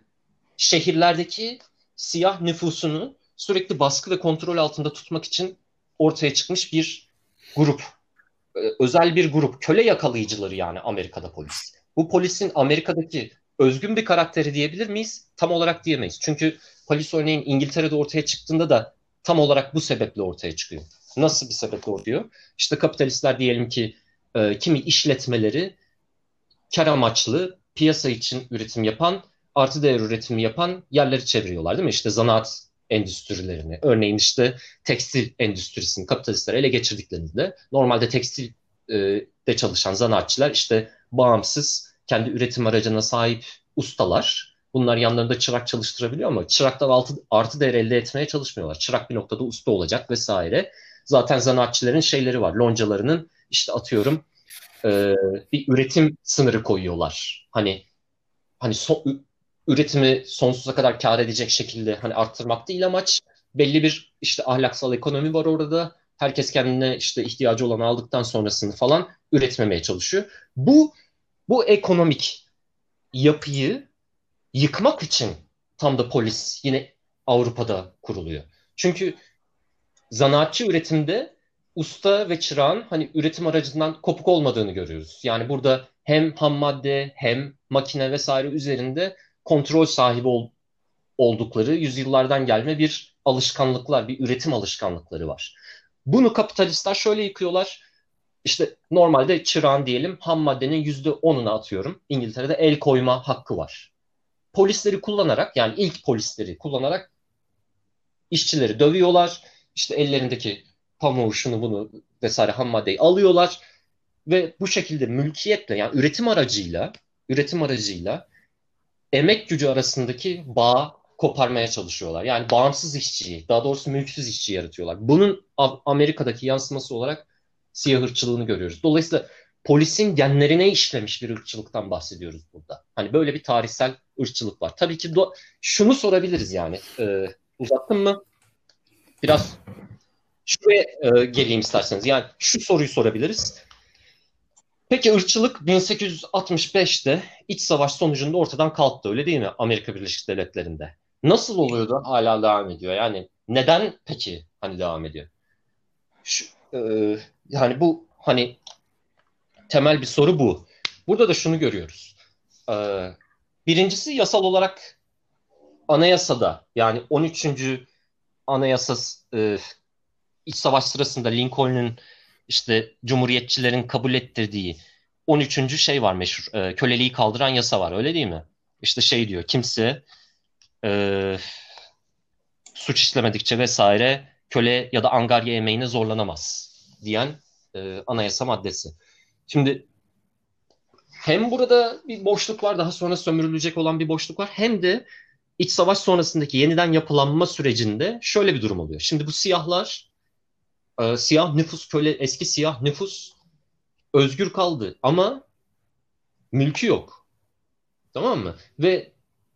şehirlerdeki siyah nüfusunu sürekli baskı ve kontrol altında tutmak için ortaya çıkmış bir grup. Ee, özel bir grup. Köle yakalayıcıları yani Amerika'da polis. Bu polisin Amerika'daki özgün bir karakteri diyebilir miyiz? Tam olarak diyemeyiz. Çünkü polis örneğin İngiltere'de ortaya çıktığında da tam olarak bu sebeple ortaya çıkıyor. Nasıl bir sebeple ortaya? İşte kapitalistler diyelim ki e, kimi işletmeleri kar amaçlı piyasa için üretim yapan, artı değer üretimi yapan yerleri çeviriyorlar değil mi? İşte zanaat endüstrilerini, örneğin işte tekstil endüstrisini kapitalistler ele geçirdiklerinde normalde tekstil e, de çalışan zanaatçılar işte bağımsız, kendi üretim aracına sahip ustalar. Bunlar yanlarında çırak çalıştırabiliyor ama çıraktan altı, artı değer elde etmeye çalışmıyorlar. Çırak bir noktada usta olacak vesaire. Zaten zanaatçıların şeyleri var, loncalarının işte atıyorum e, bir üretim sınırı koyuyorlar. Hani hani so, üretimi sonsuza kadar kâr edecek şekilde hani arttırmak değil amaç. Belli bir işte ahlaksal ekonomi var orada. Herkes kendine işte ihtiyacı olanı aldıktan sonrasını falan üretmemeye çalışıyor. Bu bu ekonomik yapıyı yıkmak için tam da polis yine Avrupa'da kuruluyor. Çünkü zanaatçı üretimde usta ve çırağın hani üretim aracından kopuk olmadığını görüyoruz. Yani burada hem ham madde hem makine vesaire üzerinde kontrol sahibi ol, oldukları yüzyıllardan gelme bir alışkanlıklar, bir üretim alışkanlıkları var. Bunu kapitalistler şöyle yıkıyorlar. İşte normalde çırağın diyelim ham maddenin yüzde onunu atıyorum. İngiltere'de el koyma hakkı var. Polisleri kullanarak yani ilk polisleri kullanarak işçileri dövüyorlar. İşte ellerindeki pamuğu şunu bunu vesaire ham maddeyi alıyorlar ve bu şekilde mülkiyetle yani üretim aracıyla üretim aracıyla emek gücü arasındaki bağı koparmaya çalışıyorlar. Yani bağımsız işçiyi, daha doğrusu mülksüz işçi yaratıyorlar. Bunun Amerika'daki yansıması olarak siyah ırkçılığını görüyoruz. Dolayısıyla polisin genlerine işlemiş bir ırkçılıktan bahsediyoruz burada. Hani böyle bir tarihsel ırkçılık var. Tabii ki do- şunu sorabiliriz yani. E, uzattım mı? Biraz şuraya e, geleyim isterseniz. Yani şu soruyu sorabiliriz. Peki ırkçılık bin sekiz yüz altmış beşte iç savaş sonucunda ortadan kalktı öyle değil mi Amerika Birleşik Devletleri'nde? Nasıl oluyor da hala devam ediyor? Yani neden peki hani devam ediyor? Şu, e, yani bu hani temel bir soru bu. Burada da şunu görüyoruz. E, birincisi yasal olarak anayasada yani on üçüncü anayasası e, iç savaş sırasında Lincoln'un işte cumhuriyetçilerin kabul ettirdiği on üçüncü şey var meşhur. E, köleliği kaldıran yasa var öyle değil mi? İşte şey diyor kimse e, suç işlemedikçe vesaire köle ya da angarya emeğine zorlanamaz diyen e, anayasa maddesi. Şimdi hem burada bir boşluk var daha sonra sömürülecek olan bir boşluk var hem de iç savaş sonrasındaki yeniden yapılanma sürecinde şöyle bir durum oluyor. Şimdi bu siyahlar e, siyah nüfus köle eski siyah nüfus özgür kaldı ama mülkü yok. Tamam mı? Ve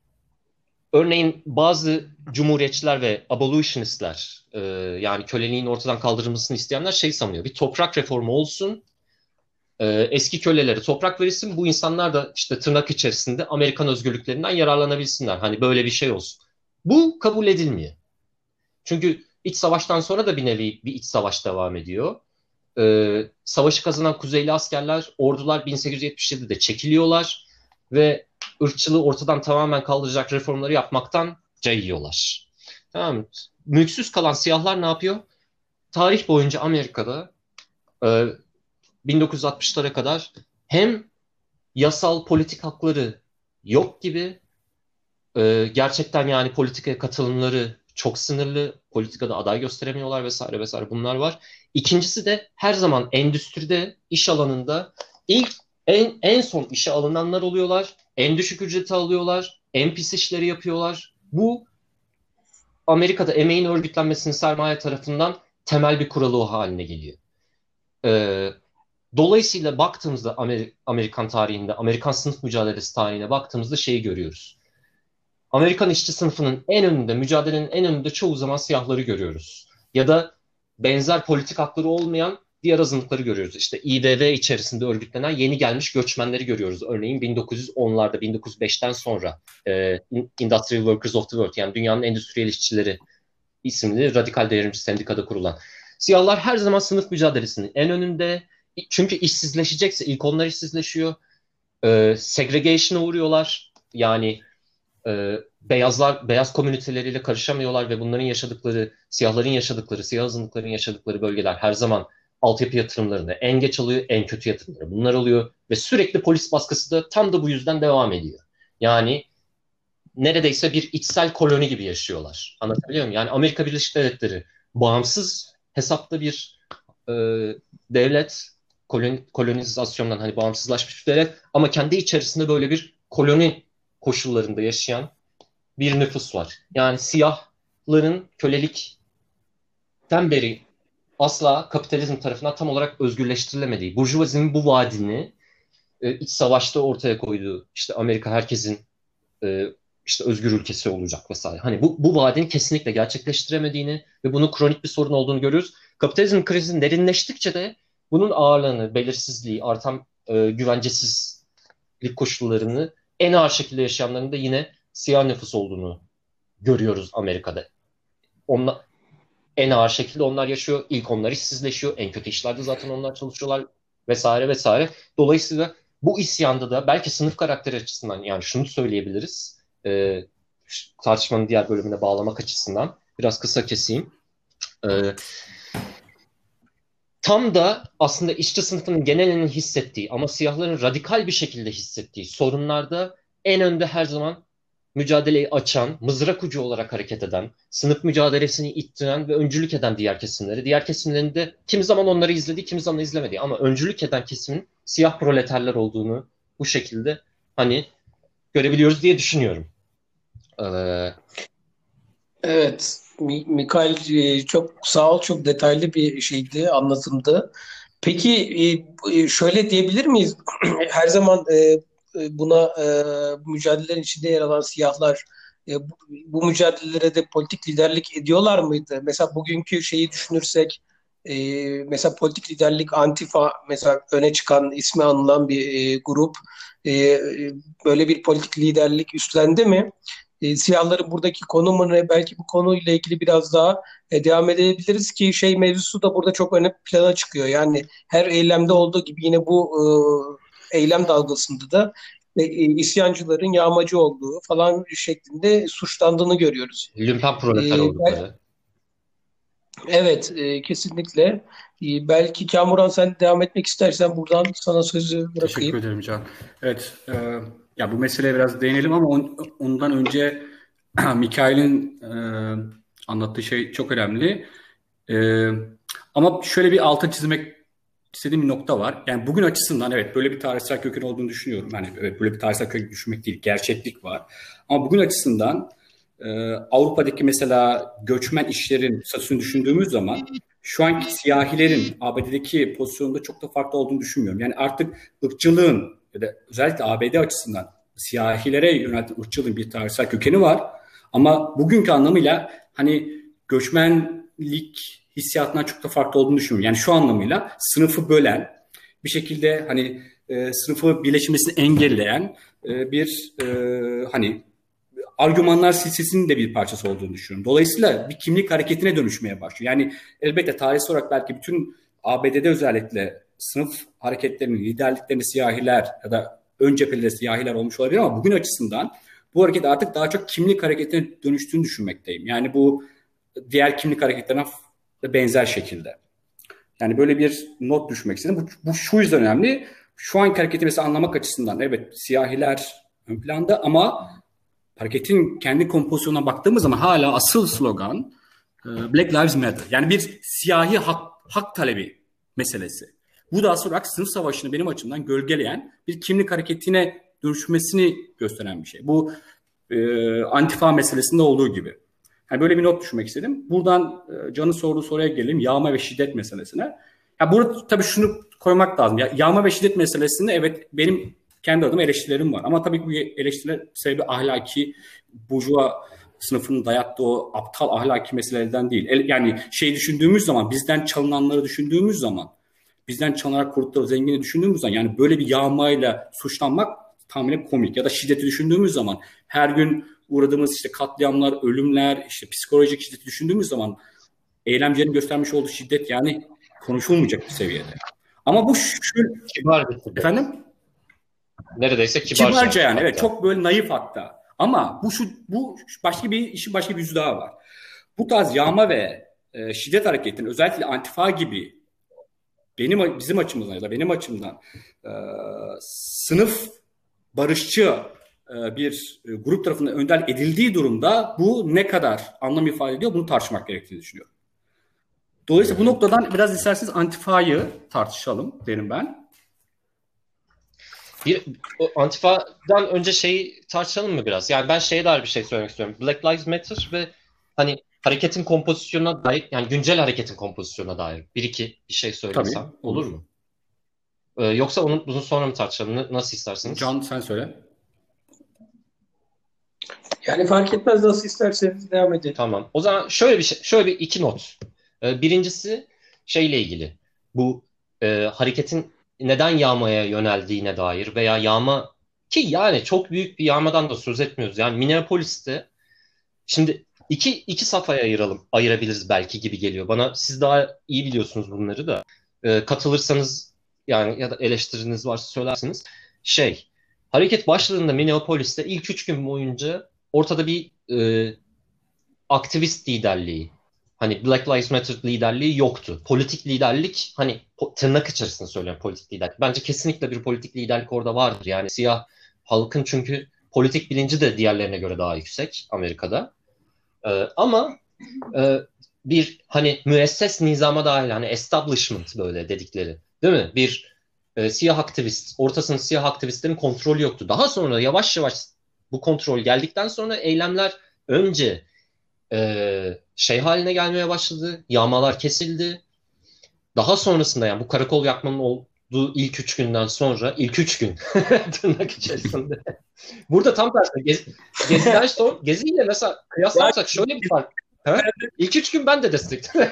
örneğin bazı cumhuriyetçiler ve abolitionistler e, yani köleliğin ortadan kaldırılmasını isteyenler şey sanıyor. Bir toprak reformu olsun. E, eski kölelere toprak verilsin. Bu insanlar da işte tırnak içerisinde Amerikan özgürlüklerinden yararlanabilsinler. Hani böyle bir şey olsun. Bu kabul edilmiyor. Çünkü iç savaştan sonra da bir nevi bir iç savaş devam ediyor. Ee, savaşı kazanan Kuzeyli askerler, ordular bin sekiz yüz yetmiş yedide çekiliyorlar ve ırkçılığı ortadan tamamen kaldıracak reformları yapmaktan cayıyorlar. Tamam mı? Mülksüz kalan siyahlar ne yapıyor? Tarih boyunca Amerika'da e, bin dokuz yüz altmışlara kadar hem yasal politik hakları yok gibi e, gerçekten yani politikaya katılımları çok sınırlı, politikada aday gösteremiyorlar vesaire vesaire bunlar var. İkincisi de her zaman endüstride, iş alanında ilk en en son işe alınanlar oluyorlar. En düşük ücreti alıyorlar, en pis işleri yapıyorlar. Bu Amerika'da emeğin örgütlenmesinin sermaye tarafından temel bir kuralı o haline geliyor. Ee, dolayısıyla baktığımızda Amer- Amerikan tarihinde, Amerikan sınıf mücadelesi tarihine baktığımızda şeyi görüyoruz. Amerikan işçi sınıfının en önünde, mücadelenin en önünde çoğu zaman siyahları görüyoruz. Ya da benzer politik hakları olmayan diğer azınlıkları görüyoruz. İşte İ D V içerisinde örgütlenen yeni gelmiş göçmenleri görüyoruz. Örneğin bin dokuz yüz onlarda, bin dokuz yüz beşten sonra e, Industrial Workers of the World, yani dünyanın endüstriyel işçileri isimli radikal devrimci sendikada kurulan. Siyahlar her zaman sınıf mücadelesinin en önünde. Çünkü işsizleşecekse ilk onlar işsizleşiyor. E, segregation'a uğruyorlar. Yani e, beyazlar, beyaz komüniteleriyle karışamıyorlar ve bunların yaşadıkları, siyahların yaşadıkları, siyah azınlıkların yaşadıkları bölgeler her zaman altyapı yatırımlarını en geç alıyor, en kötü yatırımları bunlar alıyor ve sürekli polis baskısı da tam da bu yüzden devam ediyor. Yani neredeyse bir içsel koloni gibi yaşıyorlar. Anlatabiliyor muyum? Yani Amerika Birleşik Devletleri bağımsız hesapta bir e, devlet, koloni, kolonizasyondan hani bağımsızlaşmış bir devlet ama kendi içerisinde böyle bir koloni koşullarında yaşayan bir nüfus var. Yani siyahların kölelikten beri asla kapitalizm tarafından tam olarak özgürleştirilemediği, burjuvazinin bu vaadini e, iç savaşta ortaya koyduğu, işte Amerika herkesin e, işte özgür ülkesi olacak vesaire. Hani bu, bu vaadini kesinlikle gerçekleştiremediğini ve bunun kronik bir sorun olduğunu görüyoruz. Kapitalizm krizi derinleştikçe de bunun ağırlığını, belirsizliği, artan e, güvencesizlik koşullarını en ağır şekilde yaşayanların da yine siyah nüfus olduğunu görüyoruz Amerika'da. Onlar, en ağır şekilde onlar yaşıyor. İlk onlar işsizleşiyor. En kötü işlerde zaten onlar çalışıyorlar vesaire vesaire. Dolayısıyla bu isyanda da belki sınıf karakteri açısından yani şunu söyleyebiliriz. E, tartışmanın diğer bölümüne bağlamak açısından biraz kısa keseyim. E, tam da aslında işçi sınıfının genelinin hissettiği ama siyahların radikal bir şekilde hissettiği sorunlarda en önde her zaman mücadeleyi açan, mızrak ucu olarak hareket eden, sınıf mücadelesini ittiren ve öncülük eden diğer kesimleri. Diğer kesimlerin de kimi zaman onları izlediği, kimi zaman izlemediği ama öncülük eden kesimin siyah proleterler olduğunu bu şekilde hani görebiliyoruz diye düşünüyorum. Ee... Evet, Mikail çok sağ ol, çok detaylı bir şeydi, anlatımdı. Peki şöyle diyebilir miyiz? Her zaman buna mücadelelerin içinde yer alan siyahlar bu mücadelelere de politik liderlik ediyorlar mıydı? Mesela bugünkü şeyi düşünürsek, mesela politik liderlik Antifa mesela öne çıkan ismi anılan bir grup böyle bir politik liderlik üstlendi mi? E, siyahların buradaki konumu ne? Belki bu konuyla ilgili biraz daha e, devam edebiliriz ki şey mevzusu da burada çok ön plana çıkıyor. Yani her eylemde olduğu gibi yine bu e, eylem dalgasında da e, isyancıların yağmacı olduğu falan şeklinde suçlandığını görüyoruz. Lümpen proleter E, oldukları. Evet, e, kesinlikle. E, belki Kamuran sen devam etmek istersen buradan sana sözü bırakayım. Teşekkür ederim Can. Evet, e, ya bu meseleye biraz değinelim ama on, ondan önce Mikail'in e, anlattığı şey çok önemli. E, ama şöyle bir altı çizmek istediğim bir nokta var. Yani bugün açısından evet böyle bir tarihsel köken olduğunu düşünüyorum. Yani evet böyle bir tarihsel köken düşünmek değil, gerçeklik var. Ama bugün açısından e, Avrupa'daki mesela göçmen işlerin statüsünü düşündüğümüz zaman şu anki siyahilerin A B D'deki pozisyonunda çok da farklı olduğunu düşünmüyorum. Yani artık ırkçılığın ya da özellikle A B D açısından siyahilere yönelten ırkçılığın bir tarihsel kökeni var. Ama bugünkü anlamıyla hani göçmenlik hissiyatından çok da farklı olduğunu düşünüyorum. Yani şu anlamıyla sınıfı bölen, bir şekilde hani e, sınıfı birleşmesini engelleyen e, bir e, hani argümanlar silsilesinin de bir parçası olduğunu düşünüyorum. Dolayısıyla bir kimlik hareketine dönüşmeye başlıyor. Yani elbette tarihsel olarak belki bütün A B D'de özellikle sınıf hareketlerinin liderliklerini siyahiler ya da ön cepheleri siyahiler olmuş olabilir ama bugün açısından bu hareket artık daha çok kimlik hareketine dönüştüğünü düşünmekteyim. Yani bu diğer kimlik hareketlerine benzer şekilde. Yani böyle bir not düşmek istedim. Bu, bu şu yüzden önemli. Şu anki hareketi mesela anlamak açısından evet siyahiler ön planda ama hareketin kendi kompozisyonuna baktığımız zaman hala asıl slogan Black Lives Matter. Yani bir siyahi hak, hak talebi meselesi. Bu da asıl olarak sınıf savaşını benim açımdan gölgeleyen bir kimlik hareketine dönüşmesini gösteren bir şey. Bu e, Antifa meselesinde olduğu gibi. Yani böyle bir not düşmek istedim. Buradan e, Can'ın sorduğu soruya gelelim. Yağma ve şiddet meselesine. Ya burada tabii şunu koymak lazım. Ya, yağma ve şiddet meselesinde evet benim kendi adıma eleştirilerim var. Ama tabii bu eleştiriler sebebi ahlaki, burjuva sınıfının dayattığı o aptal ahlaki meselelerden değil. Yani şey düşündüğümüz zaman, bizden çalınanları düşündüğümüz zaman, bizden çalınarak kurdukları zengini düşündüğümüz zaman, yani böyle bir yağmayla suçlanmak tamamen komik. Ya da şiddeti düşündüğümüz zaman, her gün uğradığımız işte katliamlar, ölümler, işte psikolojik şiddeti düşündüğümüz zaman eylemcilerin göstermiş olduğu şiddet yani konuşulmayacak bir seviyede. Ama bu şu... Kibar bir şiddet. Efendim? Neredeyse kibarca. Kibarca yani. Evet, çok böyle naif hatta. Ama bu şu bu başka bir işin başka bir yüzü daha var. Bu tarz yağma ve e, şiddet hareketinin özellikle Antifa gibi benim bizim açımızdan ya da benim açımdan e, sınıf barışçı e, bir e, grup tarafından önderlik edildiği durumda bu ne kadar anlam ifade ediyor, bunu tartışmak gerektiğini düşünüyorum. Dolayısıyla bu noktadan biraz isterseniz Antifa'yı tartışalım derim ben. Bir, o Antifa'dan önce şeyi tartışalım mı biraz? Yani ben şeye dair bir şey söylemek istiyorum. Black Lives Matter ve hani hareketin kompozisyonuna dair, yani güncel hareketin kompozisyonuna dair bir iki bir şey söylesem. Tabii, olur mu? Ee, yoksa onu bunu sonra mı tartışalım? Nasıl istersiniz? Can sen söyle. Yani fark etmez, nasıl isterseniz devam edelim. Tamam. O zaman şöyle bir şey, şöyle bir iki not. Ee, birincisi şeyle ilgili. Bu e, hareketin neden yağmaya yöneldiğine dair veya yağma, ki yani çok büyük bir yağmadan da söz etmiyoruz. Yani Minneapolis'te şimdi iki iki safhaya ayıralım, ayırabiliriz belki gibi geliyor bana. Siz daha iyi biliyorsunuz bunları da. Ee, katılırsanız yani ya da eleştiriniz varsa söylersiniz. Şey, hareket başladığında Minneapolis'te ilk üç gün boyunca ortada bir e, aktivist liderliği, hani Black Lives Matter liderliği yoktu. Politik liderlik, hani tırnak içerisinde söylüyorum politik liderlik. Bence kesinlikle bir politik liderlik orada vardır. Yani siyah halkın çünkü politik bilinci de diğerlerine göre daha yüksek Amerika'da. Ee, ama e, bir hani müesses nizama dahil, hani establishment böyle dedikleri, değil mi? Bir e, siyah aktivist, ortasının siyah aktivistlerin kontrolü yoktu. Daha sonra yavaş yavaş bu kontrol geldikten sonra eylemler önce e, şey haline gelmeye başladı. Yağmalar kesildi. Daha sonrasında yani bu karakol yakmanın olduğu ilk üç günden sonra, ilk üç gün tırnak içerisinde. Burada tam tersi. Gez, geziden sonra, geziyle mesela kıyaslarsak şöyle bir fark. Ha? İlk üç gün ben de destekledim.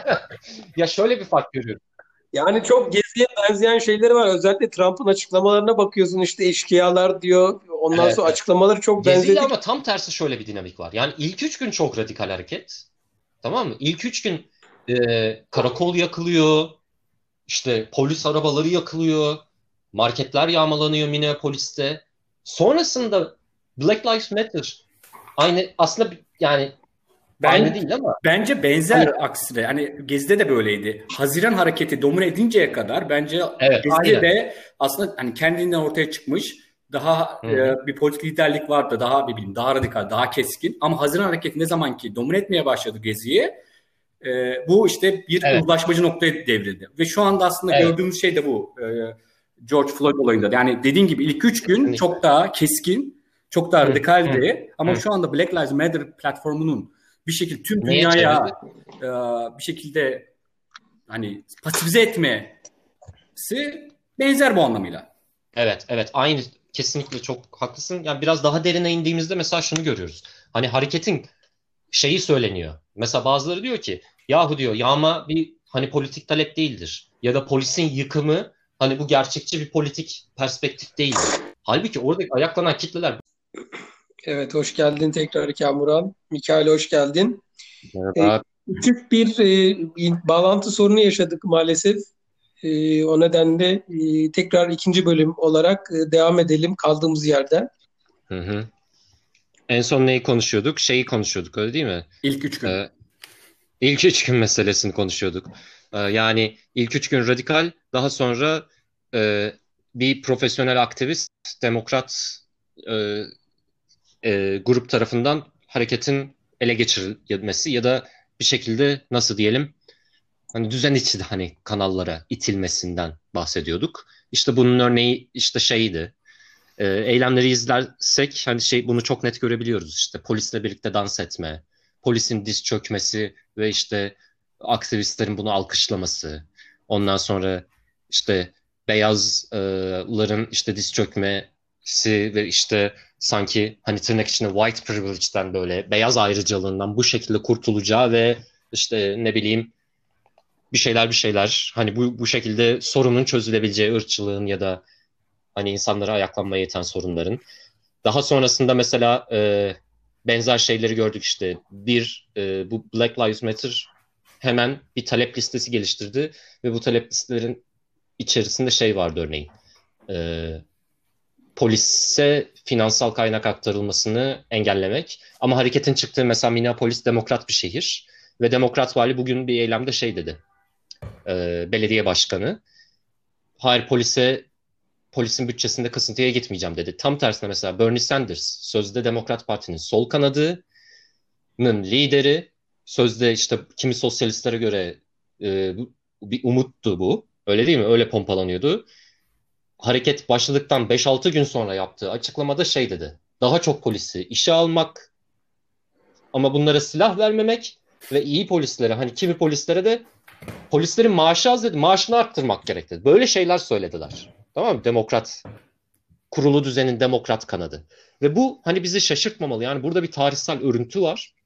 Ya şöyle bir fark görüyorum. Yani çok Gezi'ye benzeyen şeyleri var. Özellikle Trump'ın açıklamalarına bakıyorsun, işte eşkıyalar diyor. Ondan evet, sonra açıklamaları çok benzedik. Geziyle ama tam tersi şöyle bir dinamik var. Yani ilk üç gün çok radikal hareket. Tamam mı? İlk üç gün e, karakol yakılıyor. İşte polis arabaları yakılıyor. Marketler yağmalanıyor Minneapolis'te. Sonrasında Black Lives Matter aynı aslında yani ben, aynı değil ama bence benzer hani, aksine hani Gezi'de de böyleydi. Haziran hareketi domine edinceye kadar bence evet, Gezi'de de aslında hani kendinden ortaya çıkmış daha e, bir politik liderlik vardı, daha bir bileyim, daha radikal, daha keskin, ama Haziran hareketi ne zaman ki domine etmeye başladı Gezi'yi, e, bu işte bir evet, uzlaşmacı noktaya devrildi ve şu anda aslında evet, gördüğümüz şey de bu. E, George Floyd olayında yani dediğin gibi ilk üç gün kesinlikle çok daha keskin, çok daha radikaldi, ama hı, şu anda Black Lives Matter platformunun bir şekilde tüm dünyaya e, bir şekilde hani pasifize etmesi benzer bu anlamıyla. Evet, evet, aynı, kesinlikle çok haklısın. Yani biraz daha derine indiğimizde mesela şunu görüyoruz. Hani hareketin şeyi söyleniyor. Mesela bazıları diyor ki yahu diyor yağma bir hani politik talep değildir. Ya da polisin yıkımı hani bu gerçekçi bir politik perspektif değildir. Halbuki oradaki ayaklanan kitleler. Evet, hoş geldin tekrar Kamuran. Mikail, hoş geldin. Merhaba. Ee, küçük bir, e, bir bağlantı sorunu yaşadık maalesef. E, o nedenle e, tekrar ikinci bölüm olarak e, devam edelim kaldığımız yerden. Hı hı. En son neyi konuşuyorduk? Şeyi konuşuyorduk, öyle değil mi? İlk üç gün. Ee, ilk üç gün meselesini konuşuyorduk. Ee, yani ilk üç gün radikal, daha sonra e, bir profesyonel aktivist, demokrat e, e, grup tarafından hareketin ele geçirilmesi ya da bir şekilde nasıl diyelim hani düzen içi hani kanallara itilmesinden bahsediyorduk. İşte bunun örneği işte şeydi. E, eylemleri izlersek hani şey bunu çok net görebiliyoruz. İşte polisle birlikte dans etme, polisin diz çökmesi ve işte aktivistlerin bunu alkışlaması. Ondan sonra işte beyazların işte diz çökmesi ve işte sanki hani tırnak içinde white privilege'den, böyle beyaz ayrıcalığından bu şekilde kurtulacağı ve işte ne bileyim bir şeyler bir şeyler hani bu bu şekilde sorunun çözülebileceği, ırkçılığın ya da hani insanlara ayaklanmaya yeten sorunların. Daha sonrasında mesela e, benzer şeyleri gördük işte. Bir, e, bu Black Lives Matter hemen bir talep listesi geliştirdi ve bu talep listelerin içerisinde şey vardı örneğin. E, polise finansal kaynak aktarılmasını engellemek. Ama hareketin çıktığı mesela Minneapolis demokrat bir şehir ve demokrat vali bugün bir eylemde şey dedi. E, belediye başkanı, hayır polise polisin bütçesinde kısıntıya gitmeyeceğim dedi. Tam tersine mesela Bernie Sanders, sözde Demokrat Parti'nin sol kanadının lideri, sözde işte kimi sosyalistlere göre e, bir umuttu bu. Öyle değil mi? Öyle pompalanıyordu. Hareket başladıktan beş altı gün sonra yaptığı açıklamada şey dedi. Daha çok polisi işe almak ama bunlara silah vermemek ve iyi polislere, hani kimi polislere de polislerin maaşı az dedi, maaşını arttırmak gerek dedi. Böyle şeyler söylediler. Tamam mı? Demokrat, kurulu düzenin demokrat kanadı. Ve bu hani bizi şaşırtmamalı. Yani burada bir tarihsel örüntü var.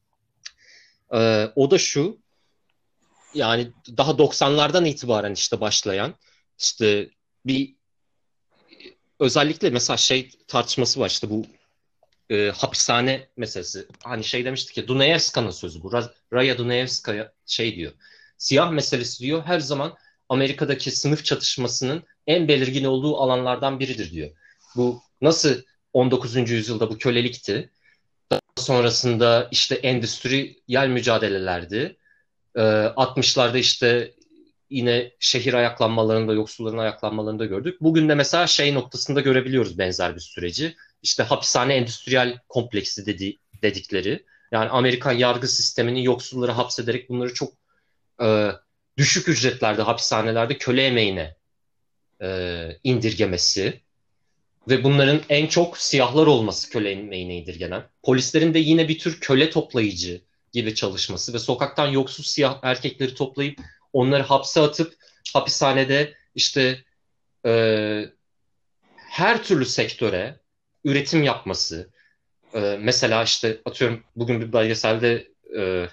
Ee, o da şu. Yani daha doksanlardan itibaren işte başlayan işte bir özellikle mesela şey tartışması var işte bu e, hapishane meselesi. Hani şey demiştik ya, Dunayevska'nın sözü bu. Raya Dunayevskaya şey diyor. Siyah meselesi diyor her zaman Amerika'daki sınıf çatışmasının en belirgin olduğu alanlardan biridir diyor. Bu nasıl on dokuzuncu yüzyılda bu kölelikti. Daha sonrasında işte endüstriyel mücadelelerdi. Ee, altmışlarda işte yine şehir ayaklanmalarında, yoksulların ayaklanmalarında gördük. Bugün de mesela şey noktasında görebiliyoruz benzer bir süreci. İşte hapishane endüstriyel kompleksi dedi, dedikleri. Yani Amerikan yargı sisteminin yoksulları hapsederek bunları çok e, düşük ücretlerde hapishanelerde köle emeğine e, indirgemesi ve bunların en çok siyahlar olması köle emeğine indirgenen. Polislerin de yine bir tür köle toplayıcı gibi çalışması ve sokaktan yoksul siyah erkekleri toplayıp onları hapse atıp hapishanede işte e, her türlü sektöre üretim yapması. E, mesela işte atıyorum bugün bir belgeselde e,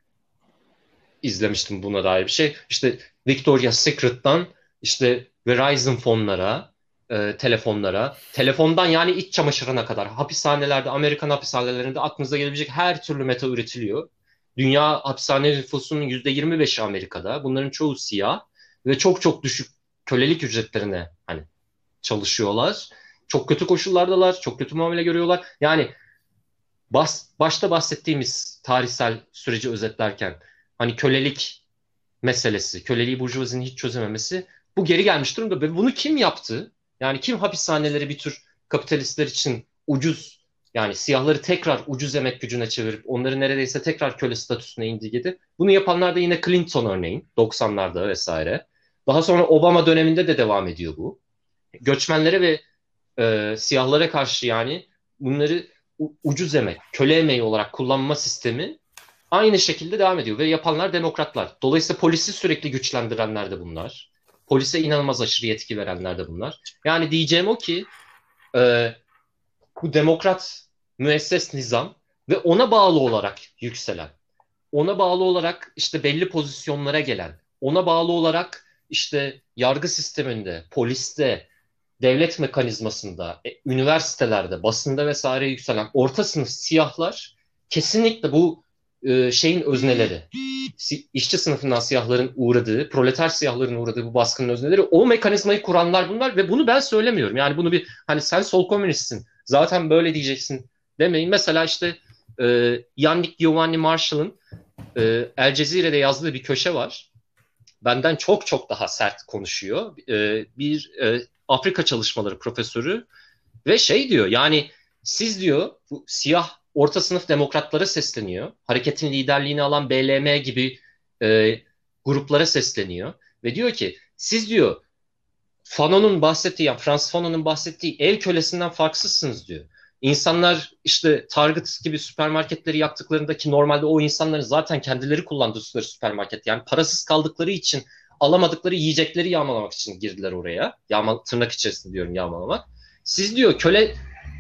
izlemiştim buna dair bir şey. İşte Victoria's Secret'tan işte Verizon fonlara, e, telefonlara, telefondan yani iç çamaşırına kadar hapishanelerde, Amerikan hapishanelerinde aklınıza gelebilecek her türlü meta üretiliyor. Dünya hapishane nüfusunun yüzde yirmi beşi Amerika'da. Bunların çoğu siyah ve çok çok düşük kölelik ücretlerine hani çalışıyorlar. Çok kötü koşullardalar, çok kötü muamele görüyorlar. Yani bas, başta bahsettiğimiz tarihsel süreci özetlerken hani kölelik meselesi, köleliği burjuvazinin hiç çözememesi bu geri gelmiş durumda. Ve bunu kim yaptı? Yani kim hapishaneleri bir tür kapitalistler için ucuz, yani siyahları tekrar ucuz emek gücüne çevirip onları neredeyse tekrar köle statüsüne indirgedi? Bunu yapanlar da yine Clinton örneğin doksanlarda vesaire. Daha sonra Obama döneminde de devam ediyor bu. Göçmenlere ve e, siyahlara karşı yani bunları u- ucuz emek, köle emeği olarak kullanma sistemi aynı şekilde devam ediyor ve yapanlar demokratlar. Dolayısıyla polisi sürekli güçlendirenler de bunlar. Polise inanılmaz aşırı yetki verenler de bunlar. Yani diyeceğim o ki e, bu demokrat müesses nizam ve ona bağlı olarak yükselen, ona bağlı olarak işte belli pozisyonlara gelen, ona bağlı olarak işte yargı sisteminde, poliste, devlet mekanizmasında, e, üniversitelerde, basında vesaire yükselen orta sınıf siyahlar kesinlikle bu e, şeyin özneleri. Si, işçi sınıfından siyahların uğradığı, proleter siyahların uğradığı bu baskının özneleri. O mekanizmayı kuranlar bunlar ve bunu ben söylemiyorum. Yani bunu bir hani sen sol komünistsin, zaten böyle diyeceksin demeyin. Mesela işte e, Yannick Giovanni Marshall'ın e, El Cezire'de yazdığı bir köşe var. Benden çok çok daha sert konuşuyor. E, bir e, Afrika çalışmaları profesörü ve şey diyor yani siz diyor bu siyah orta sınıf demokratlara sesleniyor. Hareketin liderliğini alan B L M gibi e, gruplara sesleniyor. Ve diyor ki siz diyor Fanon'un bahsettiği, yani Frantz Fanon'un bahsettiği ev kölesinden farksızsınız diyor. İnsanlar işte Target gibi süpermarketleri yaktıklarında, ki normalde o insanların zaten kendileri kullandıkları süpermarket, yani parasız kaldıkları için alamadıkları yiyecekleri yağmalamak için girdiler oraya. Yağma, tırnak içerisinde diyorum yağmalamak. Siz diyor köle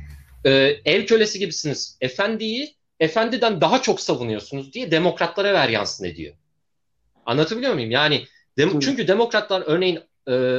e, ev kölesi gibisiniz. Efendiyi efendiden daha çok savunuyorsunuz diye demokratlara ver yansın ediyor. Anlatabiliyor muyum? Yani dem- çünkü demokratlar örneğin e,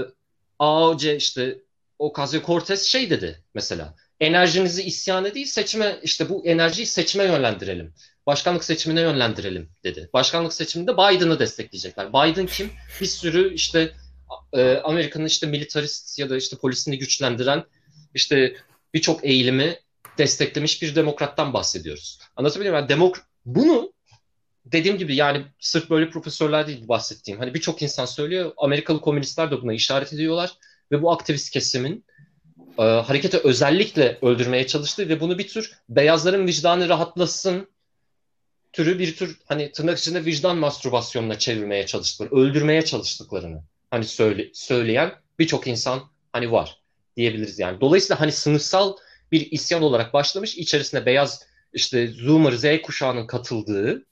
A O C işte Ocasio-Cortez şey dedi mesela. Enerjinizi isyana değil seçime, işte bu enerjiyi seçime yönlendirelim. Başkanlık seçimine yönlendirelim dedi. Başkanlık seçiminde Biden'ı destekleyecekler. Biden kim? Bir sürü işte e, Amerika'nın işte militarist ya da işte polisini güçlendiren işte birçok eğilimi desteklemiş bir demokrattan bahsediyoruz. Anlatabiliyor muyum? Yani demok bunu dediğim gibi yani sırf böyle profesörler değil bahsettiğim. Hani birçok insan söylüyor. Amerikalı komünistler de buna işaret ediyorlar. Ve bu aktivist kesimin e, hareketi özellikle öldürmeye çalıştığı ve bunu bir tür beyazların vicdanı rahatlasın türü bir tür hani tırnak içinde vicdan mastürbasyonuna çevirmeye çalıştıkları, öldürmeye çalıştıklarını hani söyle, söyleyen birçok insan hani var diyebiliriz yani. Dolayısıyla hani sınıfsal bir isyan olarak başlamış, içerisinde beyaz işte Zoomer Z kuşağının katıldığı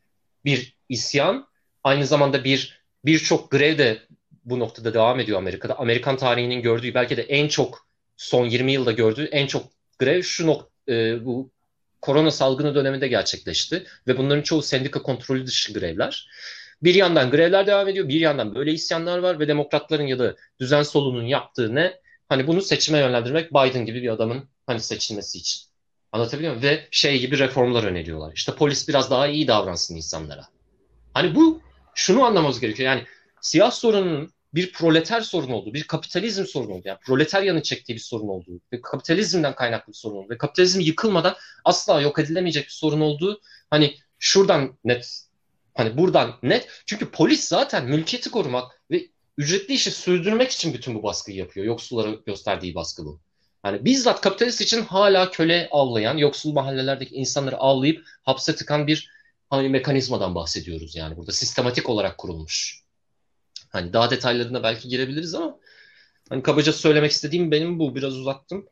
bir isyan, aynı zamanda bir birçok grev de bu noktada devam ediyor Amerika'da. Amerikan tarihinin gördüğü belki de en çok son yirmi yılda gördüğü en çok grev şu nok e, bu korona salgını döneminde gerçekleşti ve bunların çoğu sendika kontrolü dışı grevler. Bir yandan grevler devam ediyor, bir yandan böyle isyanlar var ve demokratların ya da düzen solunun yaptığı ne? Hani bunu seçime yönlendirmek, Biden gibi bir adamın hani seçilmesi için. Anlatabiliyor muyum? Ve şey gibi reformlar öneriyorlar. İşte polis biraz daha iyi davransın insanlara. Hani bu şunu anlamamız gerekiyor. Yani siyah sorunun bir proleter sorun olduğu, bir kapitalizm sorunu olduğu, yani proletaryanın çektiği bir sorun olduğu ve kapitalizmden kaynaklı bir sorun olduğu ve kapitalizm yıkılmadan asla yok edilemeyecek bir sorun olduğu hani şuradan net, hani buradan net. Çünkü polis zaten mülkiyeti korumak ve ücretli işi sürdürmek için bütün bu baskıyı yapıyor. Yoksullara gösterdiği baskı bu. Yani bizzat kapitalist için hala köle avlayan, yoksul mahallelerdeki insanları avlayıp hapse tıkan bir hani mekanizmadan bahsediyoruz yani burada sistematik olarak kurulmuş. Hani daha detaylarına belki girebiliriz ama hani kabaca söylemek istediğim benim bu. Biraz uzattım.